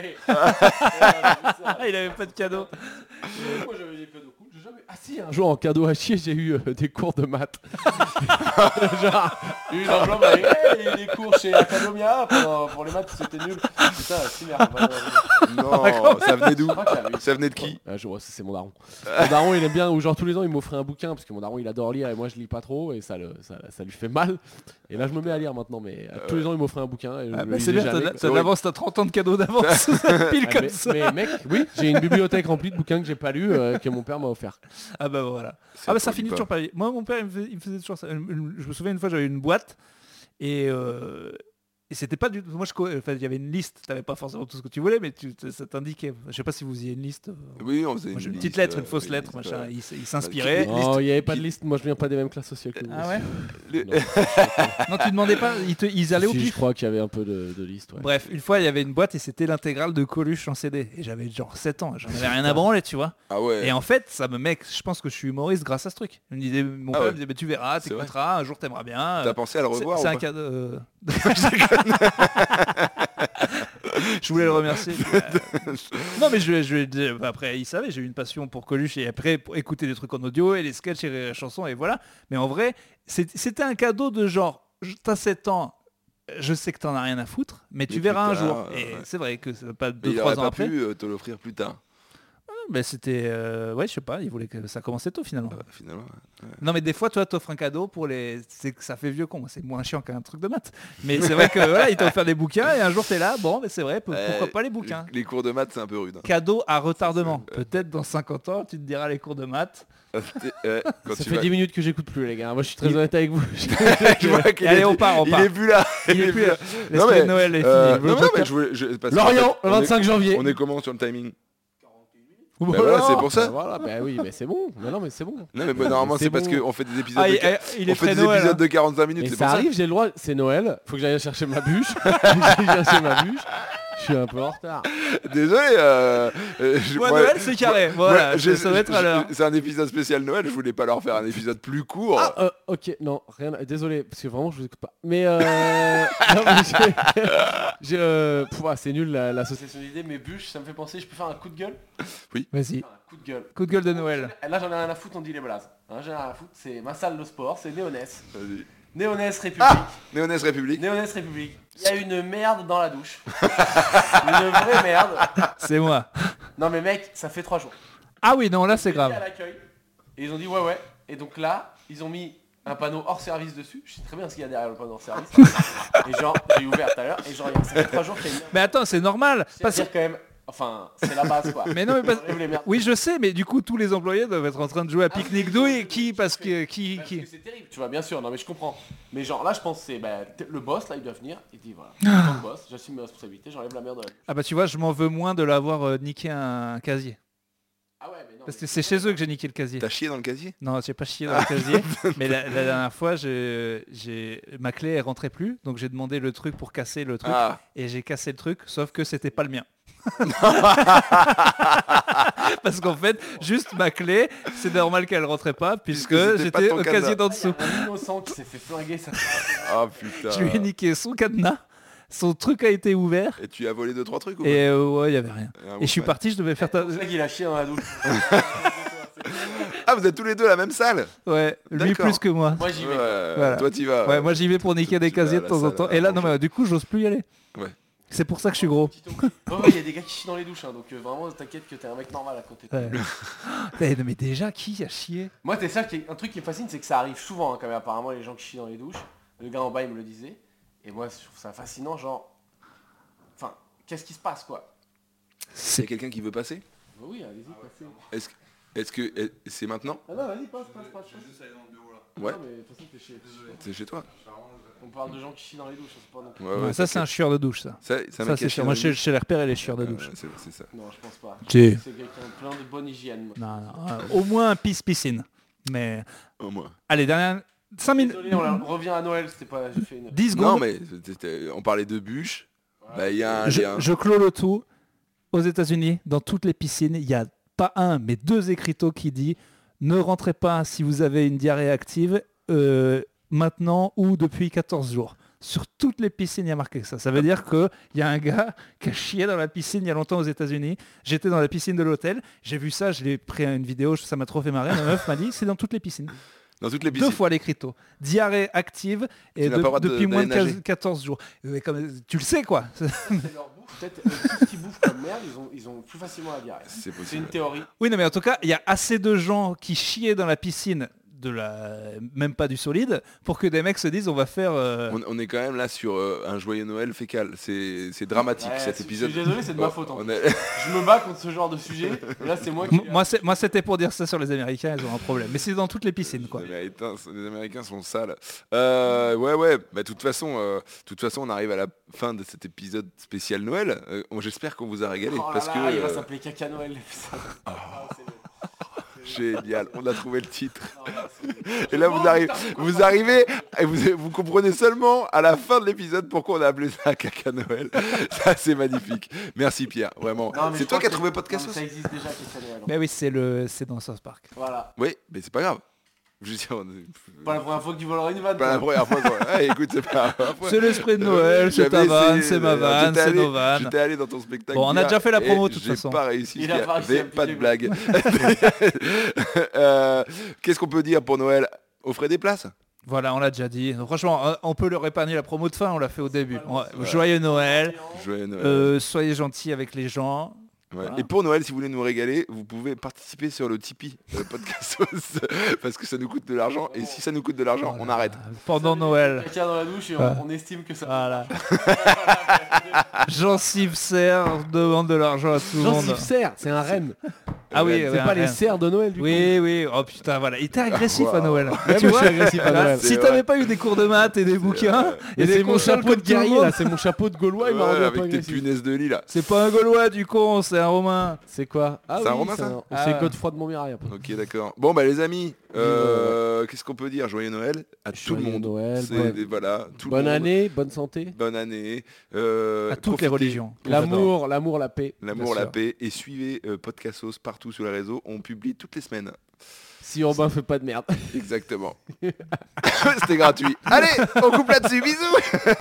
rien. Il avait pas de cadeau. Moi j'avais des cadeaux cool. J'ai jamais. Ah si, un jour en cadeau à chier, j'ai eu euh, des cours de maths. Genre, Une enveloppe avec hey, il y a eu des cours chez Academia pour, pour les maths, c'était nul. Putain, c'est merde. Bah, non, ça venait d'où? je crois qu'il y avait eu- Ça venait de qui? Ah, je vois, ça, c'est mon daron. Mon daron, il aime bien, ou genre tous les ans, il m'offrait un bouquin, parce que mon daron, il adore lire, et moi, je lis pas trop, et ça, le, ça, ça lui fait mal. Et là, je me mets à lire maintenant, mais euh, tous les ans, il m'offrait un bouquin. Et je Ah, le bah, lisais c'est bien, jamais, t'as quoi. t'as de l'avance, t'as trente ans de cadeaux d'avance. Pile Ah, comme mais, ça. mais mec, oui, j'ai une bibliothèque remplie de bouquins que j'ai pas lus, euh, que mon père m'a offert. Ah bah voilà. Ça Ah bah ça produit finit pas. toujours pas. Moi mon père il me faisait, il me faisait toujours ça. Une- une- Je me souviens une fois j'avais une boîte et, euh, et c'était pas du tout. Moi je co- enfin, il y avait une liste. T'avais pas forcément tout ce que tu voulais mais tu, ça t'indiquait. Je sais pas si vous faisiez une liste. Oui, on faisait Moi, j'ai une liste, petite lettre, euh, une fausse une lettre, liste, machin. euh, Il, s- il s'inspirait. Liste- Non, il y avait pas de qui- liste, moi je viens pas des mêmes classes sociales que vous. Ah ouais. les- Non. Non tu demandais pas. Ils, te- ils allaient au Si, je pif. crois qu'il y avait un peu de, de liste, ouais. Bref, une fois il y avait une boîte et c'était l'intégrale de Coluche en C D. Et j'avais genre sept ans. J'en avais rien à branler, tu vois. Ah ouais. Et en fait, ça me mec, je pense que je suis humoriste grâce à ce truc. Il me disait, mon Ah père ouais. me disait, bah, tu verras, C'est vrai. t'écouteras, un jour t'aimeras bien. T'as euh, pensé à le c'est- revoir C'est ou un pas? cadeau. euh, je voulais le remercier. non mais je, je lui ai dit- après il savait, j'ai eu une passion pour Coluche et après pour écouter des trucs en audio et les sketchs et les chansons et voilà. Mais en vrai, c'est- c'était un cadeau de genre, je- t'as sept ans, je sais que t'en as rien à foutre, mais tu Mais verras un plus tard, jour. euh, Et ouais. c'est vrai que c'est pas Mais deux il trois aurait ans pas après. pu euh, te l'offrir plus tard. Ben, c'était, euh, ouais je sais pas, il voulait que ça commençait tôt finalement. euh, finalement. ouais. Non mais des fois toi t'offres un cadeau pour les, c'est que ça fait vieux con, c'est moins chiant qu'un truc de maths. Mais c'est vrai que voilà, il t'a offert des bouquins et un jour t'es là, bon mais c'est vrai, p- pourquoi Euh, pas les bouquins. Les cours de maths c'est un peu rude. hein. Cadeau à retardement. Ça, c'est- Peut-être dans cinquante ans tu te diras les cours de maths. Ouais, quand Ça tu fait vas- dix minutes que j'écoute plus, les gars. Moi, je suis très Il- honnête avec vous. Je vois qu'il Allez est- on part, on Il part. est plus là. Il est plus là. Non, L'esprit mais, de Noël est Euh, fini. non, Le non, podcast- mais je voulais. je- parce que, Lorient, en fait, le on est- vingt-cinq janvier. On est comment sur le timing? Bah voilà, c'est pour ça. Bah voilà, bah oui, mais c'est bon. Mais non, mais c'est bon. Non mais bah, normalement C'est c'est parce bon. qu'on fait des épisodes Ah, de... il, il est on fait prêt des Noël. épisodes hein. de quarante-cinq minutes, Mais c'est ça pour ça. arrive, j'ai le droit. C'est Noël. Faut que j'aille chercher ma bûche. Faut que j'aille chercher ma bûche. Je suis un peu en retard. Désolé. Euh, euh, je- Moi, moi- Noël, c'est carré. Voilà, moi, j'ai- ça va être à je- l'heure. C'est un épisode spécial Noël, je voulais pas leur faire un épisode plus court. Ah, euh, ok, non, rien. Désolé, parce que vraiment, je vous écoute pas. Mais euh, non, mais j'ai- j'ai, euh, pff, ah, c'est nul la- l'association. Association d'idées, mes bûches, ça me fait penser, je peux faire un coup de gueule Vas-y. Un coup de gueule. Coup de gueule de Noël. Là j'en ai rien à foutre, on dit les blazes. Hein, j'en ai rien à foutre, c'est ma salle de sport, c'est Néonès. Vas-y. Néonès République. Ah Néonès République. Néonès République. Il y a une merde dans la douche. Une vraie merde. C'est moi. Non mais mec, ça fait trois jours. Ah oui, non, là, c'est J'ai été à grave. l'accueil. Et ils ont dit ouais ouais. Et donc là, ils ont mis un panneau hors service dessus. Je sais très bien ce qu'il y a derrière le panneau hors service. Et genre, j'ai ouvert tout à l'heure. Et genre, ça fait trois jours qu'il y a une merde. Mais attends, c'est normal. C'est à Parce... dire quand même, enfin, c'est la base quoi. Mais non, mais parce- Enlève les merdes. Oui, je sais, mais du coup, tous les employés doivent être en train de jouer à Ah, pique-nique oui, douille. oui, Qui oui, Parce oui. que... Qui, Parce qui... que c'est terrible, tu vois, bien sûr, non mais je comprends. Mais genre là je pense que c'est bah, t- le boss, là il doit venir, il dit voilà, Ah. en tant que boss, j'assume mes responsabilités, j'enlève la merde de la... Ah bah tu vois, je m'en veux moins de l'avoir euh, niqué un, un casier. Ah ouais mais non. Parce mais- que c'est chez eux que j'ai niqué le casier. T'as chié dans le casier? Non, j'ai pas chié dans le casier. Mais la, la dernière fois, j'ai, j'ai... ma clé est rentrée plus. Donc j'ai demandé le truc pour casser le truc. Ah. Et j'ai cassé le truc, sauf que c'était pas le mien. Parce qu'en fait, juste ma clé, c'est normal qu'elle rentrait pas, puisque Puisque c'était pas j'étais ton au cadenas. casier d'en Ah, il y dessous. a un innocent qui s'est fait flinguer ça. Ah putain. Je lui ai niqué son cadenas, son truc a été ouvert, Et tu as volé deux trois trucs ou et euh, ouais, il y avait rien. pas? Ah, Et je suis ouais. parti, je devais faire ta... C'est ça qu'il a chié dans la douche. Ah vous êtes tous les deux à la même salle? Ouais, lui D'accord. plus que moi. Moi j'y vais. Ouais, Voilà. toi t'y vas. Ouais, moi j'y vais pour niquer des Tu vas à casiers de la temps en salle temps. à Et là, non manger. mais du coup, j'ose plus y aller. Ouais. C'est pour ça que je suis gros. Oh ouais, il y a des gars qui chient dans les douches, hein, donc euh, vraiment t'inquiète que t'es un mec normal à côté. Ouais. Eh, non, mais déjà, qui a chié? Moi t'es ça, qui est... un truc qui me fascine, c'est que ça arrive souvent hein, quand même apparemment les gens qui chient dans les douches. Le gars en bas il me le disait. Et moi je trouve ça fascinant, genre... Enfin, qu'est-ce qui se passe quoi? C'est quelqu'un qui veut passer? Bah oui, allez-y, passez. Est-ce que est-ce que est- c'est maintenant? Ah non, vas-y, passe, passe, passe. passe. Ouais. Non, mais de toute façon, t'es chez... C'est chez toi? On parle de gens qui chient dans les douches, c'est pas non plus... Ouais, Ouais, ouais, ça, c'est un chieur de douche, ça. Ça, ça, Ça, c'est sûr. Moi, chez, chez les repères, les chieurs de douche. c'est c'est ça. Non, je pense pas. Si. C'est quelqu'un plein de bonne hygiène. Moi. Non, non, euh, au moins un pisse-piscine. Mais... Au moins. Allez, dernière... cinq minutes... Désolé, on, la- on revient à Noël, c'était pas... J'ai fait une... dix Non secondes. mais c'était- on parlait de bûches. Bah il y a un Je, lien. je clôt le tout. Aux États-Unis, dans toutes les piscines, il y a pas un, mais deux écriteaux qui dit ne rentrez pas si vous avez une diarrhée active euh, maintenant ou depuis quatorze jours. Sur toutes les piscines, il y a marqué ça. Ça veut dire qu'il y a un gars qui a chié dans la piscine il y a longtemps aux États-Unis. J'étais dans la piscine de l'hôtel. J'ai vu ça, je l'ai pris à une vidéo, ça m'a trop fait marrer. Ma meuf m'a dit c'est dans toutes les piscines. Dans toutes les Deux piscines. fois l'écriteau. Diarrhée active et n'as de- pas le droit de- depuis moins de d'aller nager. quatorze jours. Euh, comme- tu le sais quoi. C'est leur bouffe. Peut-être euh, tout ce qu'ils bouffent comme merde, ils ont, ils ont plus facilement la diarrhée. C'est C'est possible. une théorie. Oui, non, mais en tout cas, il y a assez de gens qui chiaient dans la piscine, de la... même pas du solide, pour que des mecs se disent on va faire... euh, On, on est quand même là sur euh, un joyeux Noël fécal. C'est c'est dramatique Ouais, cet c'est- épisode. Je suis désolé, c'est de ma faute. en On fait. est- Je me bats contre ce genre de sujet. Et là, c'est moi qui... M- Moi, c'est- moi, c'était pour dire ça sur les Américains, ils ont un problème. Mais c'est dans toutes les piscines, quoi. Les Américains, les Américains sont sales. Euh, ouais, ouais. Bah, de toute façon, euh, toute façon, on arrive à la fin de cet épisode spécial Noël. Euh, on- J'espère qu'on vous a régalé Oh là parce là, que il va euh, s'appeler Caca Noël. l'épisode. Ah, c'est le- génial. On a trouvé le titre. Non, là, c'est- Et là, Oh, vous arrivez, putain, pourquoi vous pas arrivez et vous, vous comprenez seulement à la fin de l'épisode pourquoi on a appelé ça Caca Noël. Ça, c'est magnifique. Merci Pierre, vraiment. Non, mais C'est je toi crois qui as que trouvé c'est- podcast non, mais aussi. Ça existe déjà Caca Noël. Mais oui, c'est le, c'est dans South Park. Voilà. Oui, mais c'est pas grave. Je veux dire, on- Pas la première fois que tu voleras une vanne. pas la toi. première fois. quoi. Ah, écoute, c'est pas la première fois. C'est l'esprit de Noël, c'est ta J'avais vanne, essayé, c'est ma euh, vanne, j'étais c'est allé- nos vannes. J'étais allé dans ton spectacle. Bon, on a hier déjà fait la et promo, de toute j'ai façon. pas réussi. Il a il y pas réussi à avait pas de piquer, blague. Euh, Qu'est-ce qu'on peut dire pour Noël? Offrez des places. Voilà, on l'a déjà dit. Franchement, euh, on peut leur épargner la promo de fin, on l'a fait au début. Ouais, Ouais. Joyeux Noël, Joyeux Noël. euh, soyez gentils avec les gens. Ouais. voilà. Et pour Noël, si vous voulez nous régaler, vous pouvez participer sur le Tipeee de Podcastos parce que ça nous coûte de l'argent. Et si ça nous coûte de l'argent, on arrête. Pendant Noël. Caca dans la douche et on, Ouais. on estime que ça... Voilà. Jean-Yves Serre demande de l'argent à tout le monde. Jean-Yves Serre, c'est un reine. Ah oui, C'est ouais, pas les rien. cerfs de Noël du coup. Oui, oui. Oh putain, voilà. Il était agressif Wow. à Noël. Ouais, Tu moi, vois je suis agressif à Noël. C'est Si vrai. t'avais pas eu des cours de maths et des bouquins, Et et des c'est mon consoles chapeau comme de tout le guerrier monde, là, c'est mon chapeau de Gaulois, il m'a Ouais, rendu un peu avec tes agressif. punaises de lit là. c'est pas un Gaulois du con, c'est un Romain. C'est quoi Ah C'est un oui, Romain, c'est ça un- Ah C'est ouais. Godefroy de Montmirail un peu. Ok, d'accord. Bon, bah les amis, euh, qu'est-ce qu'on peut dire? Joyeux Noël à tout le Joyeux monde. Noël, C'est bonne- des- voilà, tout le Bonne monde. année, bonne santé. Bonne année. Euh, À toutes les profitez. religions. L'amour, l'amour, la paix. L'amour, bien la sûr. paix. Et suivez euh, Podcastos partout sur les réseaux. On publie toutes les semaines. Si Urbain fait pas de merde. Exactement. C'était gratuit. Allez, on coupe là-dessus. Bisous.